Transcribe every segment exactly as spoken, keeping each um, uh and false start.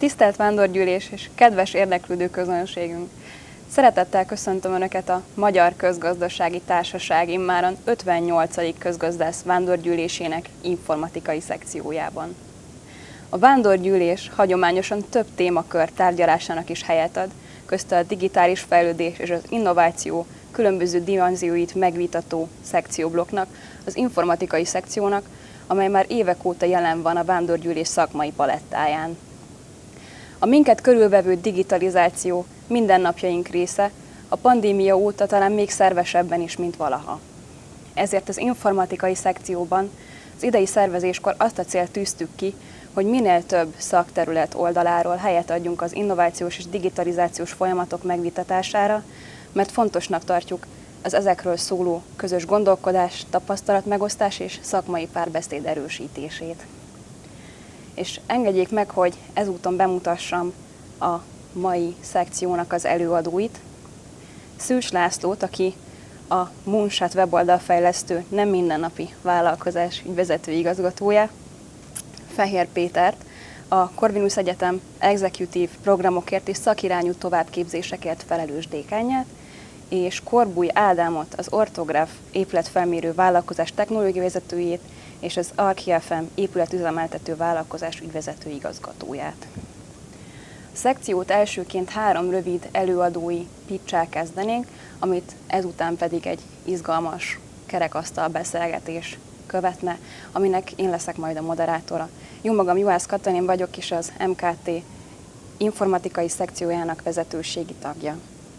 Tisztelt Vándorgyűlés és kedves érdeklődő közönségünk! Szeretettel köszöntöm Önöket a Magyar Közgazdasági Társaság immáron ötvennyolcadik közgazdász vándorgyűlésének informatikai szekciójában. A vándorgyűlés hagyományosan több témakör tárgyalásának is helyet ad, közte a digitális fejlődés és az innováció különböző dimenzióit megvitató szekcióblokknak, az informatikai szekciónak, amely már évek óta jelen van a vándorgyűlés szakmai palettáján. A minket körülvevő digitalizáció mindennapjaink része, a pandémia óta talán még szervesebben is, mint valaha. Ezért az informatikai szekcióban az idei szervezéskor azt a célt tűztük ki, hogy minél több szakterület oldaláról helyet adjunk az innovációs és digitalizációs folyamatok megvitatására, mert fontosnak tartjuk az ezekről szóló közös gondolkodás, tapasztalatmegosztás és szakmai párbeszéd erősítését. És engedjék meg, hogy ezúton bemutassam a mai szekciónak az előadóit. Szűcs Lászlót, aki a Moonshot weboldalfejlesztő nem mindennapi vállalkozás ügyvezető igazgatója, Fehér Pétert, a Corvinus Egyetem executive programokért és szakirányú továbbképzésekért felelős dékánját, és Korbúj Ádámot, az Ortograf épületfelmérő vállalkozás technológiai vezetőjét, és az Archiafem épületüzemeltető vállalkozás ügyvezető igazgatóját. A szekciót elsőként három rövid előadói pitch-sel kezdenénk, amit ezután pedig egy izgalmas kerekasztal beszélgetés követne, aminek én leszek majd a moderátora. Jó magam, Juhász Katalin vagyok, és az em ká té informatikai szekciójának vezetőségi tagja.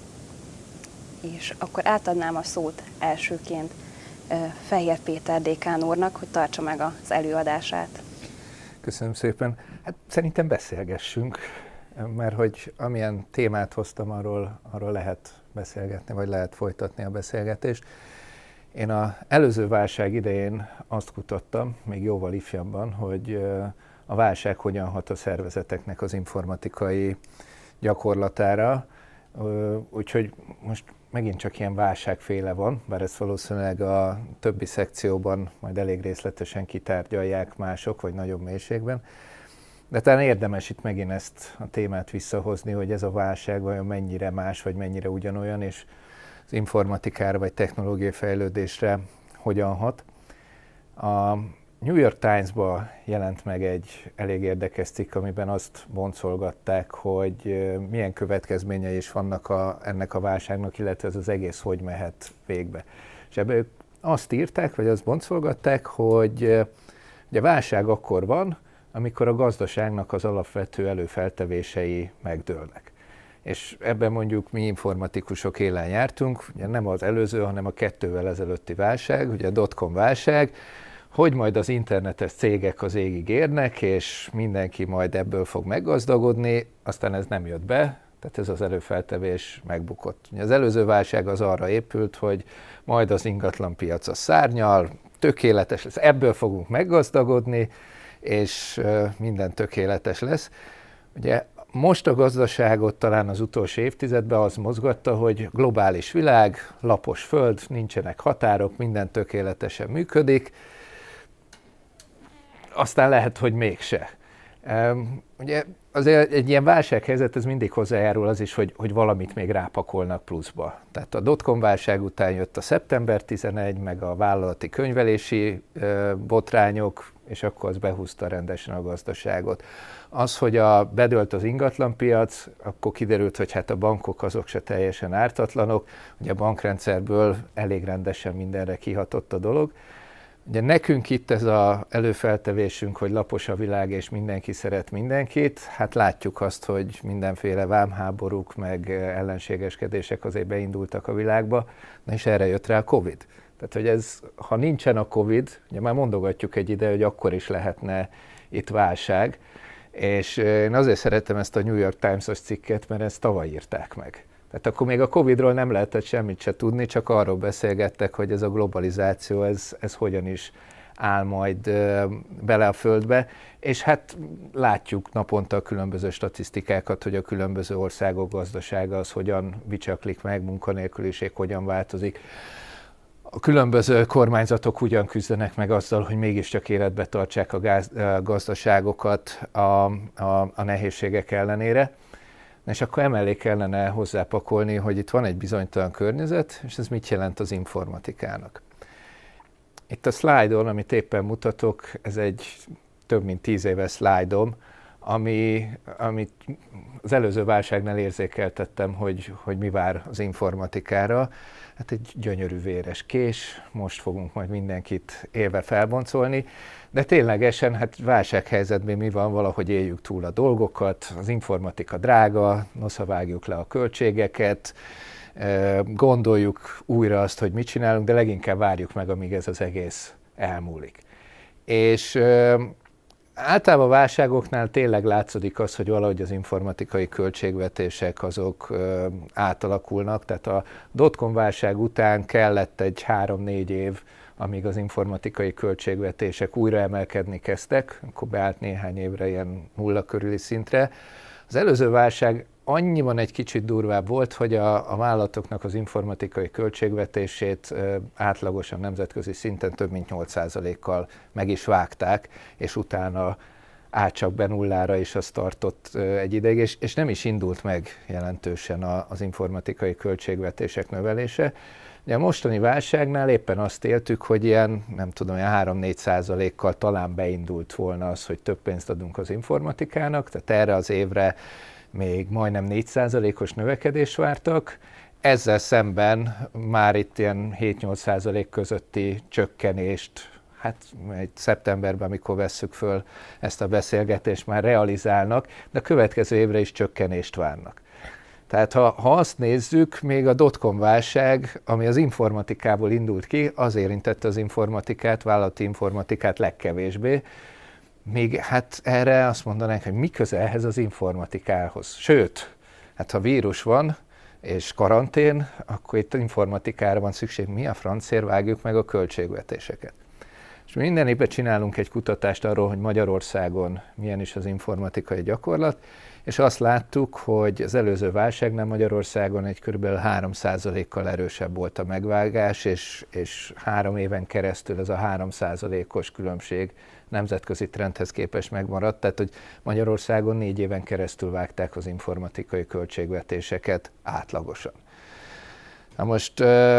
És akkor átadnám a szót elsőként Fehér Péter dékán úrnak, hogy tartsa meg az előadását. Köszönöm szépen. Hát szerintem beszélgessünk, mert hogy amilyen témát hoztam, arról, arról lehet beszélgetni, vagy lehet folytatni a beszélgetést. Én az előző válság idején azt kutattam, még jóval ifjabban, hogy a válság hogyan hat a szervezeteknek az informatikai gyakorlatára, úgyhogy most megint csak ilyen válságféle van, bár ezt valószínűleg a többi szekcióban majd elég részletesen kitárgyalják mások, vagy nagyobb mélységben. De talán érdemes itt megint ezt a témát visszahozni, hogy ez a válság vajon mennyire más, vagy mennyire ugyanolyan, és az informatikára, vagy technológiai fejlődésre hogyan hat. A New York Times-ban jelent meg egy elég érdekes cikk, amiben azt boncolgatták, hogy milyen következményei is vannak a, ennek a válságnak, illetve ez az egész hogy mehet végbe. És ebben ők azt írták, vagy azt boncolgatták, hogy ugye a válság akkor van, amikor a gazdaságnak az alapvető előfeltevései megdőlnek. És ebben mondjuk mi informatikusok élen jártunk, ugye nem az előző, hanem a kettővel ezelőtti válság, ugye a dotcom válság, hogy majd az internetes cégek az égig érnek, és mindenki majd ebből fog meggazdagodni, aztán ez nem jött be, tehát ez az előfeltevés megbukott. Az előző válság az arra épült, hogy majd az ingatlanpiac a szárnyal, tökéletes lesz, ebből fogunk meggazdagodni, és minden tökéletes lesz. Ugye most a gazdaságot talán az utolsó évtizedben az mozgatta, hogy globális világ, lapos föld, nincsenek határok, minden tökéletesen működik, aztán lehet, hogy mégse. Ugye azért egy ilyen válsághelyzet, ez mindig hozzájárul az is, hogy, hogy valamit még rápakolnak pluszba. Tehát a dotcom válság után jött a szeptember tizenegy, meg a vállalati könyvelési botrányok, és akkor az behúzta rendesen a gazdaságot. Az, hogy a, bedőlt az ingatlanpiac, akkor kiderült, hogy hát a bankok azok se teljesen ártatlanok, ugye a bankrendszerből elég rendesen mindenre kihatott a dolog. Ugye nekünk itt ez az előfeltevésünk, hogy lapos a világ és mindenki szeret mindenkit, hát látjuk azt, hogy mindenféle vámháborúk meg ellenségeskedések azért beindultak a világba, na és erre jött rá a Covid. Tehát, hogy ez, ha nincsen a Covid, ugye már mondogatjuk egy ide, hogy akkor is lehetne itt válság, és én azért szeretem ezt a New York Times-os cikket, mert ezt tavaly írták meg. Tehát akkor még a Covidról nem lehetett semmit se tudni, csak arról beszélgettek, hogy ez a globalizáció, ez, ez hogyan is áll majd bele a földbe, és hát látjuk naponta a különböző statisztikákat, hogy a különböző országok gazdasága az hogyan bicsaklik meg, munkanélküliség hogyan változik. a különböző kormányzatok ugyan küzdenek meg azzal, hogy mégiscsak életbe tartsák a, gáz, a gazdaságokat a, a, a nehézségek ellenére. És akkor emellé kellene hozzápakolni, hogy itt van egy bizonytalan környezet, és ez mit jelent az informatikának. Itt a szlájdon, amit éppen mutatok, ez egy több mint tíz éves szlájdom, ami, amit az előző válságnál érzékeltettem, hogy, hogy mi vár az informatikára. Hát egy gyönyörű véres kés, most fogunk majd mindenkit élve felboncolni, de ténylegesen hát válsághelyzetben mi van, valahogy éljük túl a dolgokat, az informatika drága, nosza vágjuk le a költségeket, gondoljuk újra azt, hogy mit csinálunk, de leginkább várjuk meg, amíg ez az egész elmúlik. És általában a válságoknál tényleg látszódik az, hogy valahogy az informatikai költségvetések azok ö, átalakulnak, tehát a dotcom válság után kellett egy három-négy év, amíg az informatikai költségvetések újra emelkedni kezdtek, akkor beállt néhány évre ilyen nulla körüli szintre. Az előző válság annyiban egy kicsit durvább volt, hogy a, a vállalatoknak az informatikai költségvetését ö, átlagosan nemzetközi szinten több mint nyolc százalékkal meg is vágták, és utána állt csak be nullára is azt tartott ö, egy ideig, és, és nem is indult meg jelentősen a, az informatikai költségvetések növelése. Ugye a mostani válságnál éppen azt éltük, hogy ilyen, nem tudom, ilyen három-négy százalékkal talán beindult volna az, hogy több pénzt adunk az informatikának, tehát erre az évre még majdnem négy százalékos növekedést vártak, ezzel szemben már itt ilyen hét-nyolc százalék közötti csökkenést, hát egy szeptemberben, amikor vesszük föl ezt a beszélgetést, már realizálnak, de a következő évre is csökkenést várnak. Tehát ha, ha azt nézzük, még a dotcom válság, ami az informatikából indult ki, az érintette az informatikát, vállalati informatikát legkevésbé, még hát erre azt mondanánk, hogy mi köze ehhez az informatikához. Sőt, hát ha vírus van és karantén, akkor itt informatikára van szükség. Mi a francért vágjuk meg a költségvetéseket? És minden évben csinálunk egy kutatást arról, hogy Magyarországon milyen is az informatikai gyakorlat, és azt láttuk, hogy az előző válságnál Magyarországon egy kb. három százalékkal erősebb volt a megvágás, és, és három éven keresztül ez a három százalékos különbség nemzetközi trendhez képest megmaradt, tehát hogy Magyarországon négy éven keresztül vágták az informatikai költségvetéseket átlagosan. Na most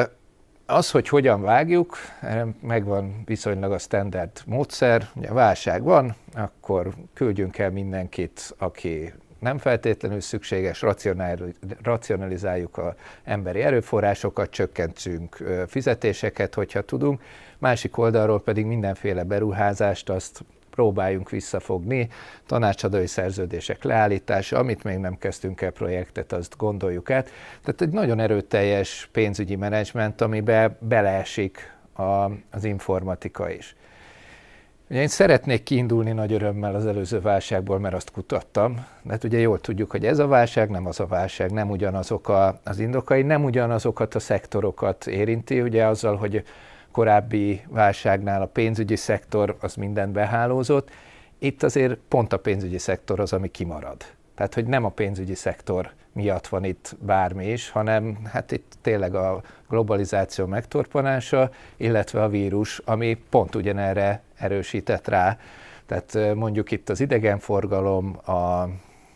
az, hogy hogyan vágjuk, megvan viszonylag a standard módszer, ugye válság van, akkor küldjünk el mindenkit, aki nem feltétlenül szükséges, racionalizáljuk az emberi erőforrásokat, csökkentsünk fizetéseket, hogyha tudunk. Másik oldalról pedig mindenféle beruházást azt próbáljunk visszafogni, tanácsadói szerződések leállítása, amit még nem kezdtünk el projektet, azt gondoljuk át. Tehát egy nagyon erőteljes pénzügyi menedzsment, amiben beleesik a, az informatika is. Ugye én szeretnék kiindulni nagy örömmel az előző válságból, mert azt kutattam, de hát ugye jól tudjuk, hogy ez a válság nem az a válság, nem ugyanazok a, az indokai, nem ugyanazokat a szektorokat érinti, ugye azzal, hogy korábbi válságnál a pénzügyi szektor az mindent behálózott, itt azért pont a pénzügyi szektor az, ami kimarad. Tehát, hogy nem a pénzügyi szektor miatt van itt bármi is, hanem hát itt tényleg a globalizáció megtorpanása, illetve a vírus, ami pont ugyanerre erősített rá. Tehát mondjuk itt az idegenforgalom, a,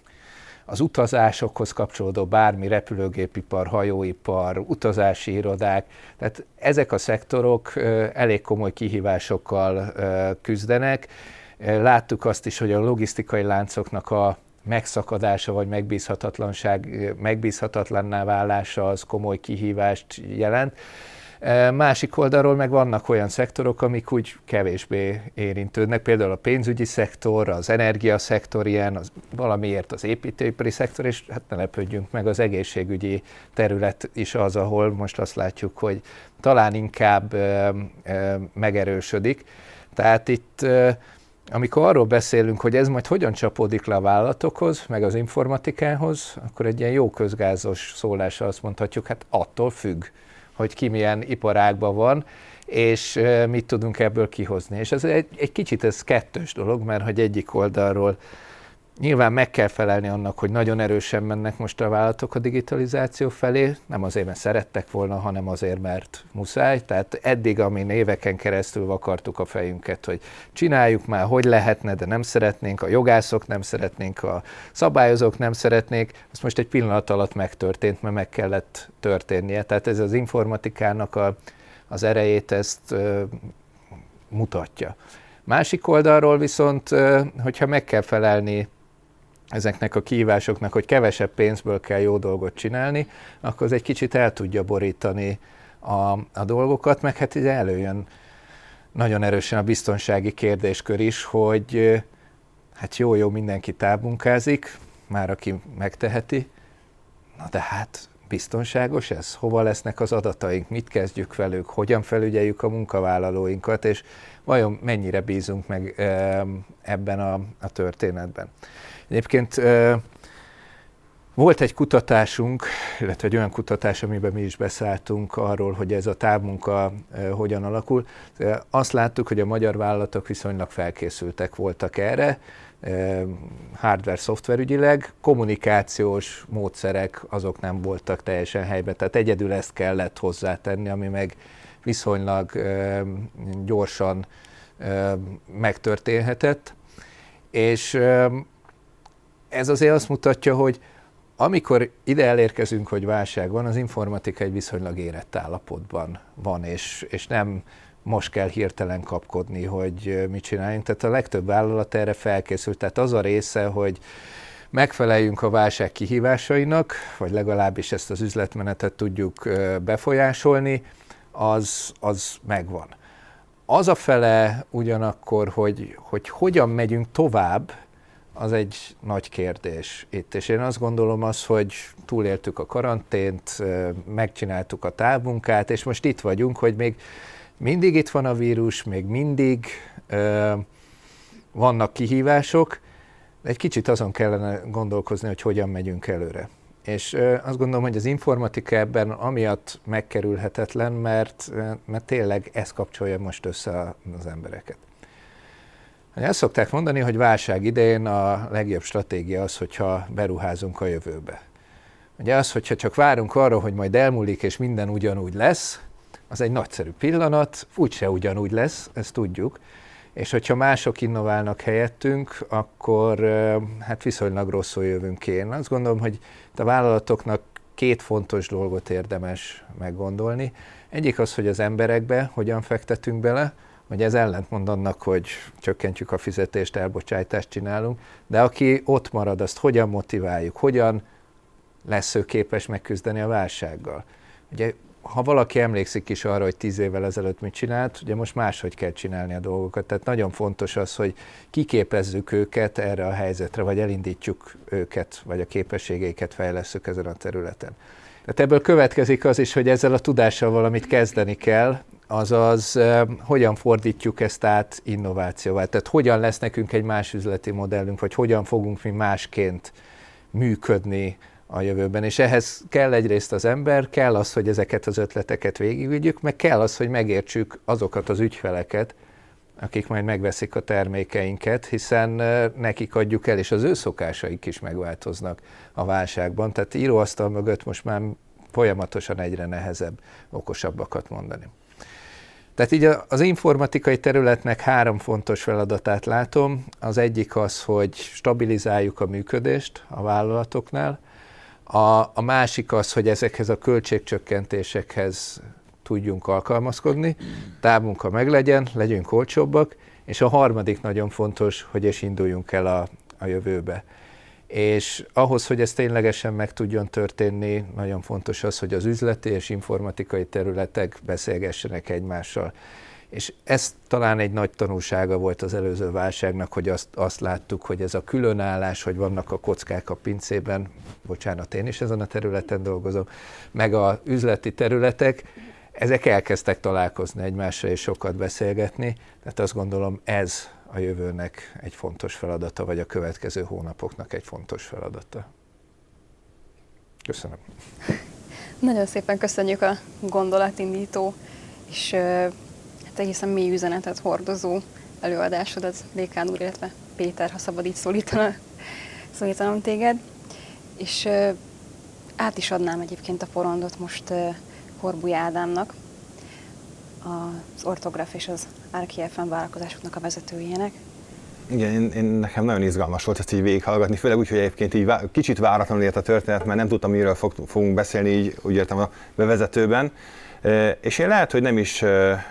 az utazásokhoz kapcsolódó bármi, repülőgépipar, hajóipar, utazási irodák, tehát ezek a szektorok elég komoly kihívásokkal küzdenek. Láttuk azt is, hogy a logisztikai láncoknak a megszakadása vagy megbízhatatlanság, megbízhatatlanná válása az komoly kihívást jelent. Másik oldalról meg vannak olyan szektorok, amik úgy kevésbé érintődnek, például a pénzügyi szektor, az energiaszektor ilyen, az valamiért az építőipari szektor, és hát ne lepődjünk meg, az egészségügyi terület is az, ahol most azt látjuk, hogy talán inkább ö, ö, megerősödik. Tehát itt ö, amikor arról beszélünk, hogy ez majd hogyan csapódik le a vállalatokhoz, meg az informatikához, akkor egy ilyen jó közgázos szólással azt mondhatjuk, hát attól függ, hogy ki milyen iparágban van, és mit tudunk ebből kihozni. És ez egy, egy kicsit ez kettős dolog, mert hogy egyik oldalról Nyilván meg kell felelni annak, hogy nagyon erősen mennek most a vállalatok a digitalizáció felé, nem azért, mert szerettek volna, hanem azért, mert muszáj. Tehát eddig, amin éveken keresztül vakartuk a fejünket, hogy csináljuk már, hogy lehetne, de nem szeretnénk, a jogászok nem szeretnénk, a szabályozók nem szeretnék, az most egy pillanat alatt megtörtént, mert meg kellett történnie. Tehát ez az informatikának a, az erejét ezt ö, mutatja. Másik oldalról viszont, ö, hogyha meg kell felelni ezeknek a kihívásoknak, hogy kevesebb pénzből kell jó dolgot csinálni, akkor az egy kicsit el tudja borítani a, a dolgokat, meg hát ide előjön nagyon erősen a biztonsági kérdéskör is, hogy hát jó-jó, mindenki távmunkázik, már aki megteheti, na de hát biztonságos ez? Hova lesznek az adataink? Mit kezdjük velük? Hogyan felügyeljük a munkavállalóinkat? És vajon mennyire bízunk meg ebben a, a történetben? Egyébként volt egy kutatásunk, illetve egy olyan kutatás, amiben mi is beszálltunk arról, hogy ez a távmunka hogyan alakul. Azt láttuk, hogy a magyar vállalatok viszonylag felkészültek voltak erre, hardware-szoftver ügyileg, kommunikációs módszerek azok nem voltak teljesen helyben, tehát egyedül ezt kellett hozzátenni, ami meg viszonylag gyorsan megtörténhetett. És ez azért azt mutatja, hogy amikor ide elérkezünk, hogy válság van, az informatika egy viszonylag érett állapotban van, és, és nem most kell hirtelen kapkodni, hogy mit csináljunk. Tehát a legtöbb vállalat erre felkészült. Tehát az a része, hogy megfeleljünk a válság kihívásainak, vagy legalábbis ezt az üzletmenetet tudjuk befolyásolni, az, az megvan. Az a fele ugyanakkor, hogy, hogy hogyan megyünk tovább, az egy nagy kérdés itt. És én azt gondolom az, hogy túléltük a karantént, megcsináltuk a távmunkát, és most itt vagyunk, hogy még mindig itt van a vírus, még mindig ö, vannak kihívások, de egy kicsit azon kellene gondolkozni, hogy hogyan megyünk előre. És ö, azt gondolom, hogy az informatika ebben amiatt megkerülhetetlen, mert, mert tényleg ez kapcsolja most össze az embereket. Azt szokták mondani, hogy válság idején a legjobb stratégia az, hogyha beruházunk a jövőbe. Ugye az, hogyha csak várunk arra, hogy majd elmúlik és minden ugyanúgy lesz, az egy nagyszerű pillanat, úgyse ugyanúgy lesz, ezt tudjuk. És hogyha mások innoválnak helyettünk, akkor hát viszonylag rosszul jövünk ki. Én azt gondolom, hogy a vállalatoknak két fontos dolgot érdemes meggondolni. Egyik az, hogy az emberekbe hogyan fektetünk bele, hogy ez ellentmond annak, hogy csökkentjük a fizetést, elbocsájtást csinálunk, de aki ott marad, azt hogyan motiváljuk, hogyan lesz ő képes megküzdeni a válsággal. Ugye, ha valaki emlékszik is arra, hogy tíz évvel ezelőtt mit csinált, ugye most máshogy kell csinálni a dolgokat. Tehát nagyon fontos az, hogy kiképezzük őket erre a helyzetre, vagy elindítjuk őket, vagy a képességeiket fejlesszük ezen a területen. Tehát ebből következik az is, hogy ezzel a tudással valamit kezdeni kell, azaz eh, hogyan fordítjuk ezt át innovációval. Tehát hogyan lesz nekünk egy más üzleti modellünk, vagy hogyan fogunk mi másként működni a jövőben. És ehhez kell egyrészt az ember, kell az, hogy ezeket az ötleteket végigvigyük, meg kell az, hogy megértsük azokat az ügyfeleket, akik majd megveszik a termékeinket, hiszen nekik adjuk el, és az ő szokásaik is megváltoznak a válságban. Tehát íróasztal mögött most már folyamatosan egyre nehezebb okosabbakat mondani. Tehát így az informatikai területnek három fontos feladatát látom. Az egyik az, hogy stabilizáljuk a működést a vállalatoknál. A, a másik az, hogy ezekhez a költségcsökkentésekhez tudjunk alkalmazkodni, távmunka meglegyen, legyünk olcsóbbak, és a harmadik nagyon fontos, hogy és induljunk el a, a jövőbe. És ahhoz, hogy ez ténylegesen meg tudjon történni, nagyon fontos az, hogy az üzleti és informatikai területek beszélgessenek egymással. És ez talán egy nagy tanulsága volt az előző válságnak, hogy azt, azt láttuk, hogy ez a különállás, hogy vannak a kockák a pincében, bocsánat, én is ezen a területen dolgozom, meg az üzleti területek, ezek elkezdtek találkozni egymással és sokat beszélgetni, tehát azt gondolom ez a jövőnek egy fontos feladata, vagy a következő hónapoknak egy fontos feladata. Köszönöm. Nagyon szépen köszönjük a gondolatindító és hát egészen mély üzenetet hordozó előadásodat, Dékán úr, illetve Péter, ha szabad így szólítana. szólítanom téged, és uh, át is adnám egyébként a porondot most uh, Horbuly Ádámnak, az Ortograf és az Archi ef em vállalkozásoknak a vezetőjének. Igen, én, én, nekem nagyon izgalmas volt ezt így végighallgatni, főleg úgy, hogy egyébként így vá- kicsit váratlanul ért a történet, mert nem tudtam, miről fog, fogunk beszélni, így úgy értem a bevezetőben. E, és én lehet, hogy nem is e,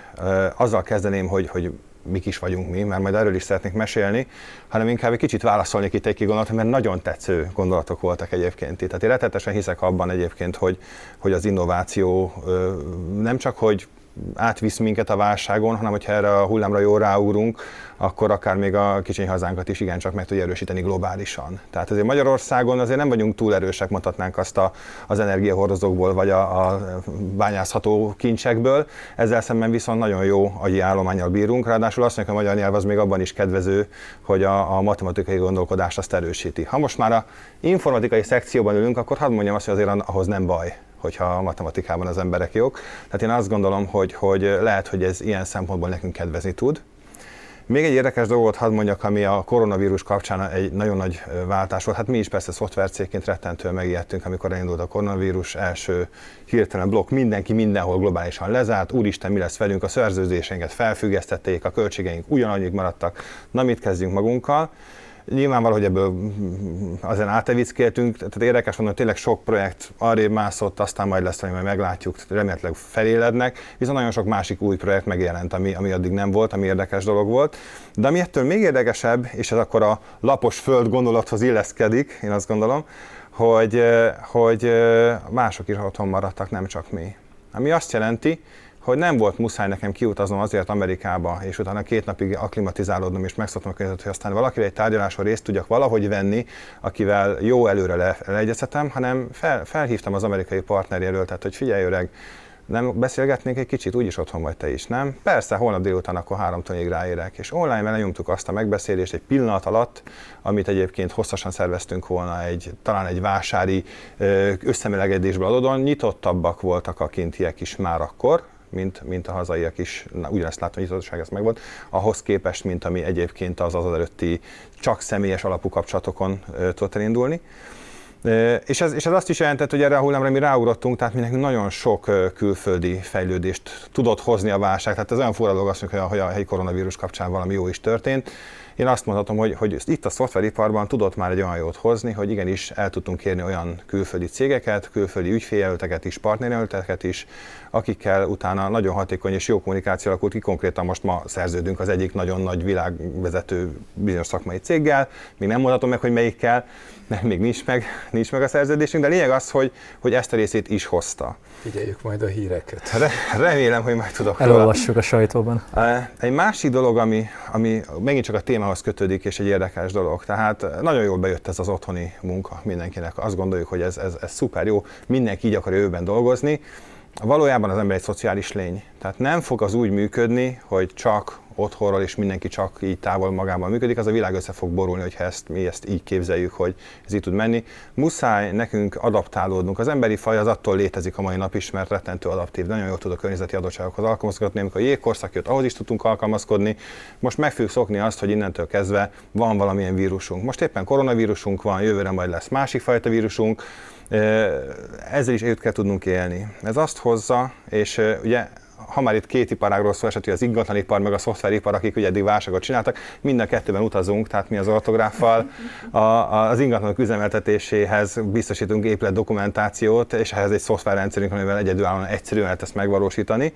e, azzal kezdeném, hogy, hogy mik is vagyunk mi, mert majd erről is szeretnék mesélni, hanem inkább egy kicsit válaszolnék itt egy-két gondolatot, mert nagyon tetsző gondolatok voltak egyébként itt. Tehát én rettenetesen hiszek abban egyébként, hogy, hogy az innováció e, nem csak, hogy átvisz minket a válságon, hanem hogyha erre a hullámra jól ráugrunk, akkor akár még a kicsiny hazánkat is igencsak meg tudja erősíteni globálisan. Tehát azért Magyarországon azért nem vagyunk túl erősek, mondhatnánk azt a, az energiahordozókból, vagy a, a bányászható kincsekből. Ezzel szemben viszont nagyon jó agyi állománnyal bírunk, ráadásul azt mondjuk, a magyar nyelv az még abban is kedvező, hogy a, a matematikai gondolkodást azt erősíti. Ha most már a informatikai szekcióban ülünk, akkor hadd mondjam azt, hogy azért ahhoz nem baj, hogyha a matematikában az emberek jók. Tehát én azt gondolom, hogy, hogy lehet, hogy ez ilyen szempontból nekünk kedvezni tud. Még egy érdekes dolgot hadd mondjak, ami a koronavírus kapcsán egy nagyon nagy váltás volt. Hát mi is persze szoftvercégként rettentően megijedtünk, amikor elindult a koronavírus, első hirtelen blokk, mindenki mindenhol globálisan lezárt, úristen, mi lesz velünk, a szerződéseinket felfüggesztették, a költségeink ugyanannyit maradtak, na mit kezdjünk magunkkal. Nyilvánvaló, hogy ebből azért átevickéltünk, tehát érdekes mondom, hogy tényleg sok projekt arrébb mászott, aztán majd lesz, majd meglátjuk, remélhetőleg felélednek, viszont nagyon sok másik új projekt megjelent, ami, ami addig nem volt, ami érdekes dolog volt. De ami ettől még érdekesebb, és ez akkor a lapos föld gondolathoz illeszkedik, én azt gondolom, hogy, hogy mások is otthon maradtak, nem csak mi. Ami azt jelenti, hogy nem volt muszáj nekem kiutaznom azért Amerikába, és utána két napig akklimatizálódnom, és megszoktam a környezetet, hogy aztán valakire egy tárgyaláson részt tudjak valahogy venni, akivel jó előre le, leegyeztetem, hanem fel, felhívtam az amerikai partnerjéről, tehát hogy figyelj öreg, nem beszélgetnénk egy kicsit, úgyis otthon vagy te is, nem? Persze, holnap délután akkor háromtól négyig ráérek, és online lenyomtuk azt a megbeszélést egy pillanat alatt, amit egyébként hosszasan szerveztünk volna, egy, talán egy vásári összemelegedésből adódóan, nyitottabbak voltak a kintiek is már akkor, mint, mint a hazaiak is, na, ugyanezt látom, hogy nyitottság ez megvolt, ahhoz képest, mint ami egyébként az az előtti csak személyes alapú kapcsolatokon ö, tudott elindulni. E, és, ez, és ez azt is jelentett, hogy erre a hullámra mi ráugrottunk, tehát mi nekünk nagyon sok ö, külföldi fejlődést tudott hozni a válság. Tehát ez olyan fura dolog azt mondjuk, hogy a, hogy a helyi koronavírus kapcsán valami jó is történt. Én azt mondhatom, hogy, hogy itt a szoftveriparban tudott már egy olyan jót hozni, hogy igenis el tudtunk kérni olyan külföldi cégeket, külföldi ügyféljelölteket is, partnerjelölteket is, akikkel utána nagyon hatékony és jó kommunikáció alakult ki. Konkrétan most ma szerződünk az egyik nagyon nagy világvezető bizonyos szakmai céggel, még nem mondhatom meg, hogy melyikkel, mert még nincs meg, nincs meg a szerződésünk, de lényeg az, hogy, hogy ezt a részét is hozta. Figyeljük majd a híreket. Re- remélem, hogy majd tudok Elolvassuk a sajtóban. Egy másik dolog, ami, ami megint csak a témához kötődik, és egy érdekes dolog. Tehát nagyon jól bejött ez az otthoni munka mindenkinek. Azt gondoljuk, hogy ez, ez, ez szuper jó, mindenki így akar jövőben dolgozni. Valójában az ember egy szociális lény. Tehát nem fog az úgy működni, hogy csak otthonról és mindenki csak így távol magában működik, az a világ össze fog borulni, hogyha ezt, mi ezt így képzeljük, hogy ez így tud menni. Muszáj nekünk adaptálódnunk. Az emberi faj az attól létezik a mai nap is, mert rettentő adaptív, nagyon jól tud a környezeti adottságokhoz alkalmazkodni, amikor a jégkorszak jött, ahhoz is tudtunk alkalmazkodni. Most meg fogjuk szokni azt, hogy innentől kezdve van valamilyen vírusunk. Most éppen koronavírusunk van, jövőre majd lesz másik fajta vírusunk, ezzel is együtt kell tudnunk élni. Ez azt hozza, és ugye ha már itt két iparágról szó esett, hogy az ingatlanipar meg a szoftveripar, akik ugye eddig válságot csináltak, mind a kettőben utazunk, tehát mi az ortográffal a, az ingatlanok üzemeltetéséhez biztosítunk épület dokumentációt, és ehhez egy szoftverrendszerünk, amivel egyedülállóan egyszerűen lehet ezt megvalósítani.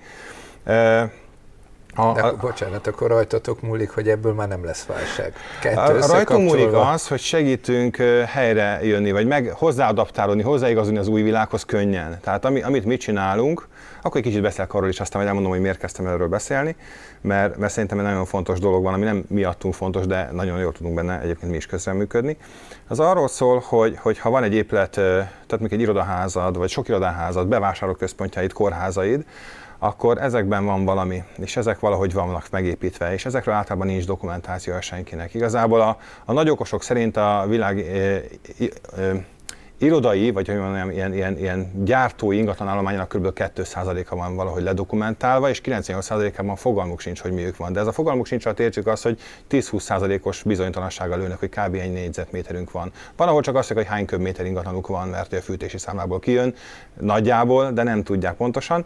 A, De bocsánat, akkor rajtatok múlik, hogy ebből már nem lesz válság. A rajtunk múlik az, hogy segítünk helyre jönni, vagy meg hozzáadaptálódni, hozzáigazolni az új világhoz könnyen. Tehát ami, amit mi csinálunk, akkor egy kicsit beszélek arról is, aztán majd elmondom, hogy miért kezdtem erről beszélni, mert, mert szerintem egy nagyon fontos dolog van, ami nem miattunk fontos, de nagyon jól tudunk benne egyébként mi is közreműködni. Az arról szól, hogy, hogy ha van egy épület, tehát mondjuk egy irodaházad, vagy sok irodaházad, bevásárlóközpontjaid, kórházaid, akkor ezekben van valami, és ezek valahogy vannak megépítve, és ezekről általában nincs dokumentációja senkinek. Igazából a, a nagyokosok szerint a világ e, e, irodai, vagy hogy mondjam, ilyen, ilyen, ilyen gyártói ingatlanállománynak kb. két százaléka van valahogy ledokumentálva, és kilencvennyolc százalékában fogalmuk sincs, hogy miük van. De ez a fogalmuk sincs, alatt értsük azt, hogy tíz-húsz százalékos bizonytalansággal lőnek, hogy kb. Egy négyzetméterünk van. Van, ahol csak azt mondják, hogy hány köbméter ingatlanuk van, mert a fűtési számlából kijön nagyjából, de nem tudják pontosan.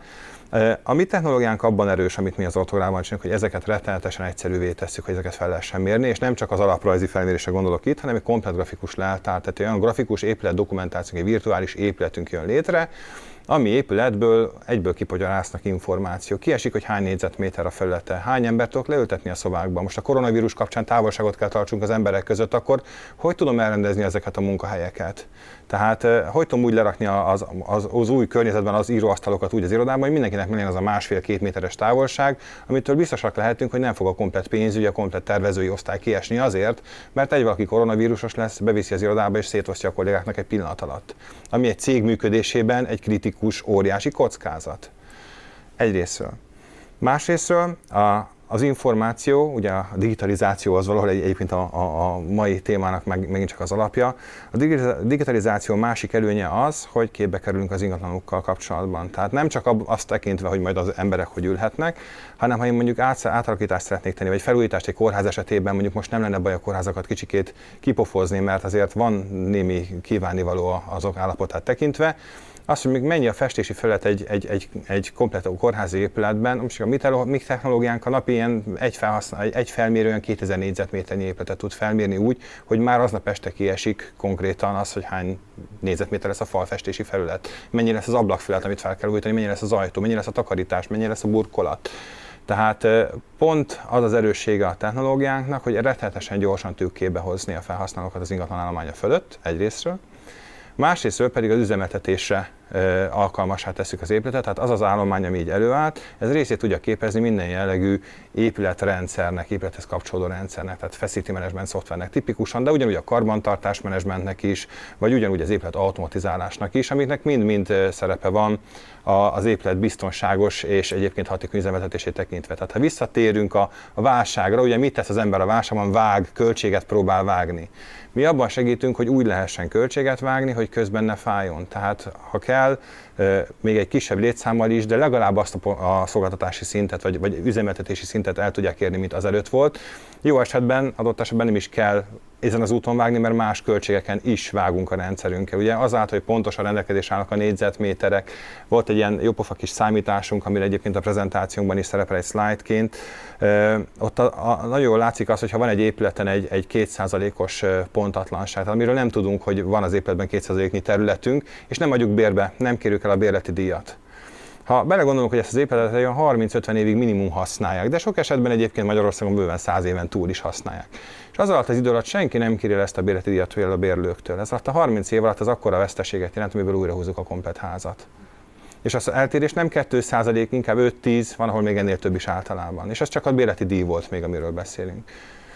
A mi technológiánk abban erős, amit mi az ortográfban csinálunk, hogy ezeket rettenetesen egyszerűvé tesszük, hogy ezeket fel lehessen mérni, és nem csak az alaprajzi felmérésre gondolok itt, hanem egy komplet grafikus leltár, tehát olyan grafikus épület dokumentáció, egy virtuális épületünk jön létre, ami épületből egyből kipogyarásznak információ. Kiesik, hogy hány négyzetméter a felülete, hány embert tudok leültetni a szobákba. Most a koronavírus kapcsán távolságot kell tartsunk az emberek között, akkor hogy tudom elrendezni ezeket a munkahelyeket? Tehát hogy tudom úgy lerakni az, az, az új környezetben az íróasztalokat úgy az irodában, hogy mindenkinek legyen az a másfél-két méteres távolság, amitől biztosak lehetünk, hogy nem fog a komplett pénzügyi, a komplett tervezői osztály kiesni azért, mert egy valaki koronavírusos lesz, beviszi az irodába és szétosztja a kollégáknak egy pillanat alatt. Ami egy cég működésében egy kritikus, óriási kockázat. Egyrészről. Másrészről a Az információ, ugye a digitalizáció az valahol egy, egyébként a, a, a mai témának meg, megint csak az alapja. A digitalizáció másik előnye az, hogy képbe kerülünk az ingatlanokkal kapcsolatban. Tehát nem csak azt tekintve, hogy majd az emberek hogy ülhetnek, hanem ha én mondjuk át, átalakítást szeretnék tenni, vagy felújítást egy kórház esetében, mondjuk most nem lenne baj a kórházakat kicsikét kipofozni, mert azért van némi kívánnivaló azok állapotát tekintve. Azt, hogy még mennyi a festési felület egy, egy, egy, egy komplet kórházi épületben, most a mi, mi technológiánk a napi ilyen egy, egy, egy felmérő olyan kétezer négyzetméternyi épületet tud felmérni úgy, hogy már aznap este kiesik konkrétan az, hogy hány négyzetméter lesz a falfestési felület, mennyi lesz az ablakfelület, amit fel kell újítani, mennyi lesz az ajtó, mennyi lesz a takarítás, mennyi lesz a burkolat. Tehát pont az az erőssége a technológiánknak, hogy rettenetesen gyorsan tudjuk képbe hozni a felhasználókat az ingatlanállománya fölött egyrészről. Másrésztről pedig az üzemeltetésre e, alkalmassá tesszük az épületet, tehát az az állomány, ami így előállt, ez részét tudja képezni minden jellegű épületrendszernek, épülethez kapcsolódó rendszernek, tehát facility management szoftvernek tipikusan, de ugyanúgy a karbantartás managementnek is, vagy ugyanúgy az épület automatizálásnak is, amiknek mind-mind szerepe van az épület biztonságos és egyébként hatékony üzemeltetését tekintve. Tehát ha visszatérünk a, a válságra, ugye mit tesz az ember a válságban? Vág, költséget próbál vágni. Mi abban segítünk, hogy úgy lehessen költséget vágni, hogy közben ne fájjon. Tehát ha kell, még egy kisebb létszámmal is, de legalább azt a szolgáltatási szintet, vagy, vagy üzemeltetési szintet el tudják érni, mint azelőtt volt. Jó esetben, adott esetben nem is kell ezen az úton vágni, mert más költségeken is vágunk a rendszerünkkel. Ugye azáltal, hogy pontosan rendelkezés állnak a négyzetméterek, volt egy ilyen jópofa kis számításunk, amire egyébként a prezentációnkban is szerepel egy szlájdként. Ott a, a, nagyon jól látszik az, hogy ha van egy épületen egy, egy két százalékos pontatlanság, amiről nem tudunk, hogy van az épületben két százaléknyi területünk, és nem adjuk bérbe, nem kérjük el a bérleti díjat. Ha belegondolunk, hogy ezt az épületet olyan harminc-ötven évig minimum használják, de sok esetben egyébként Magyarországon bőven száz éven túl is használják. És az alatt az idő alatt senki nem kéri ezt a bérleti díjat a bérlőktől. Ez alatt a harminc év alatt az akkora veszteséget jelent, amiből újra húzzuk a komplett házat. És az eltérés nem két százalék, inkább öt-tíz, van, ahol még ennél több is általában. És ez csak a bérleti díj volt még, amiről beszélünk.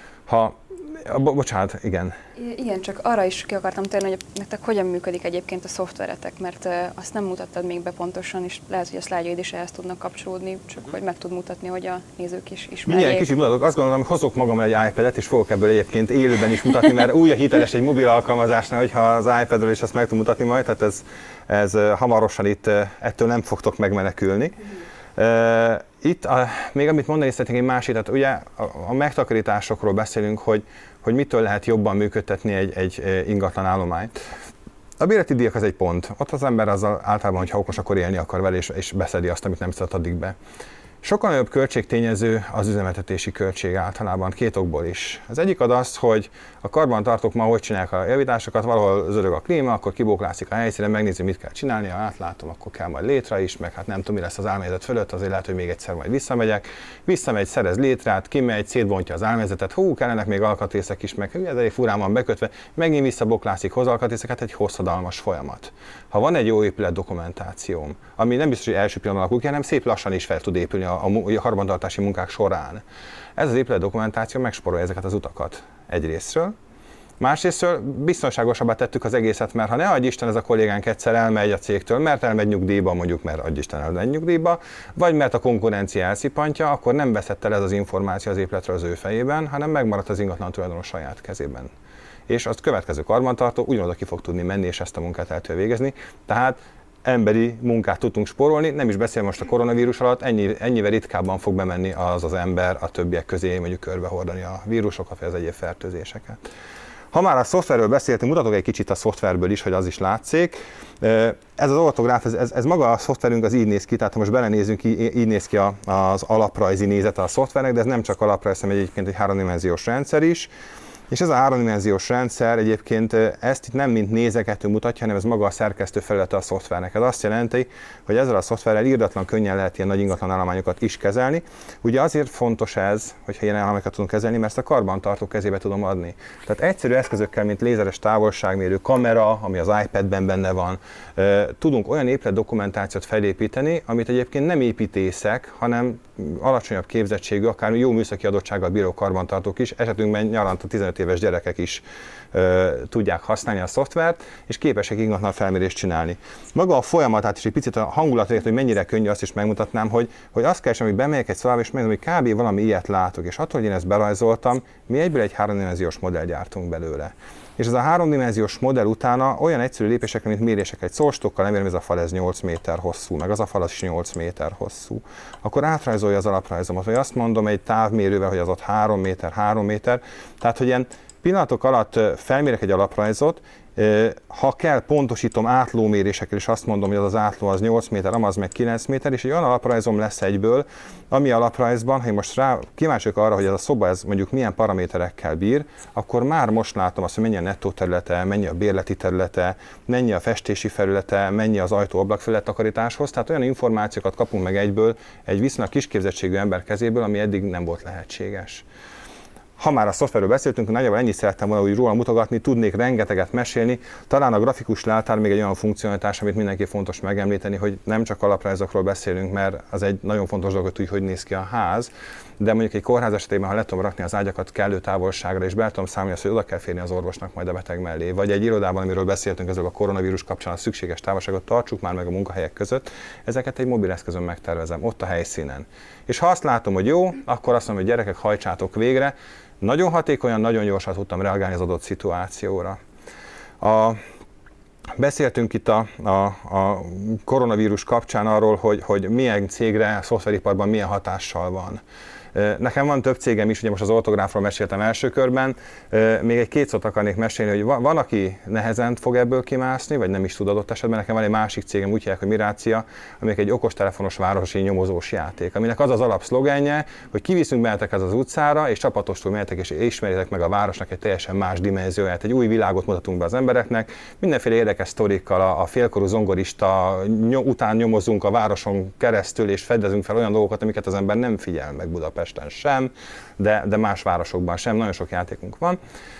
Ha Bo- bocsánat, igen. Igen, csak arra is ki akartam térni, hogy nektek hogyan működik egyébként a szoftveretek, mert uh, azt nem mutattad még be pontosan, és lehet, hogy a szlájdjaid is ehhez tudnak kapcsolódni, csak hogy meg tud mutatni, hogy a nézők is ismerjék. Milyen kicsit mutatok, azt gondolom, hogy hozok magammal egy iPad-et, és fogok ebből egyébként élőben is mutatni, mert új a hiteles egy mobil alkalmazásnál, hogyha az iPad-ről is azt meg tud mutatni majd, tehát ez, ez hamarosan itt ettől nem fogtok megmenekülni. Uh, itt a, még amit mondani szeretnék egy másik, tehát ugye a, a megtakarításokról beszélünk, hogy, hogy mitől lehet jobban működtetni egy, egy ingatlan állományt. A bérleti díjak az egy pont. Ott az ember azzal általában, hogyha okos, akkor élni akar vele, és, és beszedi azt, amit nem szedett addig be. Sokkal nagyobb költségtényező az üzemeltetési költség általában, két okból is. Az egyik az az, hogy a karbantartók ma hogy csinálják a javításokat, valahol zörög a klíma, akkor kibóklászik a helyszínen, megnézi, mit kell csinálni, ha átlátom, akkor kell majd létre is, meg hát nem tudom, mi lesz az álmézet fölött, azért lehet, hogy még egyszer majd visszamegyek. Visszamegy, szerez létrát, kimegy, szétbontja az álmézetet, hú, kellenek még alkatrészek is, meg ez elég furán van bekötve, megint visszaboklászik, hoz alkatrészek, hát egy hosszadalmas folyamat. Ha van egy jó épület dokumentációm, ami nem biztos, hogy első pillanatban alakul ki, hanem szép lassan is fel tud épülni a, a karbantartási munkák során. Ez az épület dokumentáció megspórolja ezeket az utakat egyrésztről. Másrésztről biztonságosabbá tettük az egészet, mert ha ne adj Isten, ez a kollégánk egyszer elmegy a cégtől, mert elmegy nyugdíjba, mondjuk, mert adj Isten elmegy nyugdíjba, vagy mert a konkurencia elszipantja, akkor nem veszett el ez az információ az épületről az ő fejében, hanem megmaradt az ingatlan tulajdonos saját kezében. és az következő karbantartó ugyanoda ki fog tudni menni, és ezt a munkát el tudja végezni. Tehát emberi munkát tudtunk spórolni, nem is beszél most a koronavírus alatt, ennyi, ennyivel ritkábban fog bemenni az az ember a többiek közé, mondjuk körbehordani a vírusokat, vagy az egyéb fertőzéseket. Ha már a szoftverről beszéltünk, mutatok egy kicsit a szoftverből is, hogy az is látszik. Ez az ortográf, ez, ez, ez maga a szoftverünk az így néz ki, tehát ha most belenézünk, így néz ki az alaprajzi nézete a szoftvernek, de ez nem csak alaprajz, hanem egyébként egy háromdimenziós rendszer is. És ez a háromdimenziós rendszer egyébként ezt itt nem mint nézegető mutatja, hanem ez maga a szerkesztő felülete a szoftvernek. Ez azt jelenti, hogy ezzel a szoftverrel irdatlan könnyen lehet ilyen nagy ingatlan állományokat is kezelni. Ugye azért fontos ez, hogyha ilyen állományokat tudunk kezelni, mert ezt a karbantartó kezébe tudom adni. Tehát egyszerű eszközökkel, mint lézeres távolságmérő, kamera, ami az iPadben benne van, tudunk olyan épület dokumentációt felépíteni, amit egyébként nem építészek, hanem alacsonyabb képzettségű, akár jó műszaki adottsággal bíró karbantartók is, esetünkben nyaranta tizenöt éves gyerekek is ö, tudják használni a szoftvert, és képesek ingatlan felmérést csinálni. Maga a folyamatát is egy picit a hangulatért, hogy mennyire könnyű, azt is megmutatnám, hogy, hogy azt keresem, hogy bemegyek egy szobába, és megmondom, hogy kb. Valami ilyet látok, és attól, hogy én ezt berajzoltam, mi egyből egy háromdimenziós modell gyártunk belőle. És ez a háromdimenziós modell utána olyan egyszerű lépésekre, mint mérések egy szóstokkal, nem érem, ez a fal ez nyolc méter hosszú, meg az a fal az is nyolc méter hosszú. Akkor átrajzolja az alaprajzomat, vagy azt mondom egy távmérővel, hogy az ott három méter, három méter. Tehát, hogy ilyen pillanatok alatt felmérek egy alaprajzot, ha kell, pontosítom átlómérésekkel, és azt mondom, hogy az az átló az nyolc méter, amaz meg kilenc méter, és egy olyan alaprajzom lesz egyből, ami alaprajzban, ha én most rá kíváncsiak arra, hogy ez a szoba ez mondjuk milyen paraméterekkel bír, akkor már most látom azt, hogy mennyi a nettó területe, mennyi a bérleti területe, mennyi a festési felülete, mennyi az ajtó-ablak felület takarításhoz, tehát olyan információkat kapunk meg egyből egy viszonylag kisképzettségű ember kezéből, ami eddig nem volt lehetséges. Ha már a szoftverről beszéltünk, nagyjából ennyit szerettem volna úgy róla mutogatni, tudnék rengeteget mesélni. Talán a grafikus leltár még egy olyan funkcionalitás, amit mindenki fontos megemlíteni, hogy nem csak alaprajzokról beszélünk, mert az egy nagyon fontos dolog, hogy tudjuk, hogy néz ki a ház, de mondjuk egy kórház esetében, ha le tudom rakni az ágyakat kellő távolságra, és be tudom számolni azt, hogy oda kell férni az orvosnak majd a beteg mellé, vagy egy irodában, amiről beszéltünk ezzel a koronavírus kapcsán, a szükséges távolságot tartsuk már meg a munkahelyek között, ezeket egy mobileszközön megtervezem, ott a helyszínen. És ha azt látom, hogy jó, akkor azt mondom, hogy gyerekek, hajtsátok végre. Nagyon hatékonyan, nagyon gyorsan tudtam reagálni az adott szituációra. A, beszéltünk itt a, a, a koronavírus kapcsán arról, hogy, hogy milyen cégre, a szoftveriparban milyen hatással van. Nekem van több cégem is, ugye most az ortográfról meséltem első körben, még egy két szót akarnék mesélni, hogy van, van, aki nehezen fog ebből kimászni, vagy nem is tud adott esetben. Nekem van egy másik cégem, úgy hívják, hogy Mirácia, amelyik egy okostelefonos városi nyomozós játék, aminek az az alapszlogenje, hogy kiviszünk benneteket az utcára, és csapatostól menjetek és ismerjétek meg a városnak egy teljesen más dimenzióját, egy új világot mutatunk be az embereknek, mindenféle érdekes sztorikkal, a, a félkorú zongorista nyom, után nyomozunk a városon keresztül, és fedezünk fel olyan dolgokat, amiket az ember nem figyel meg Budapesten sem, de, de más városokban sem, nagyon sok játékunk van.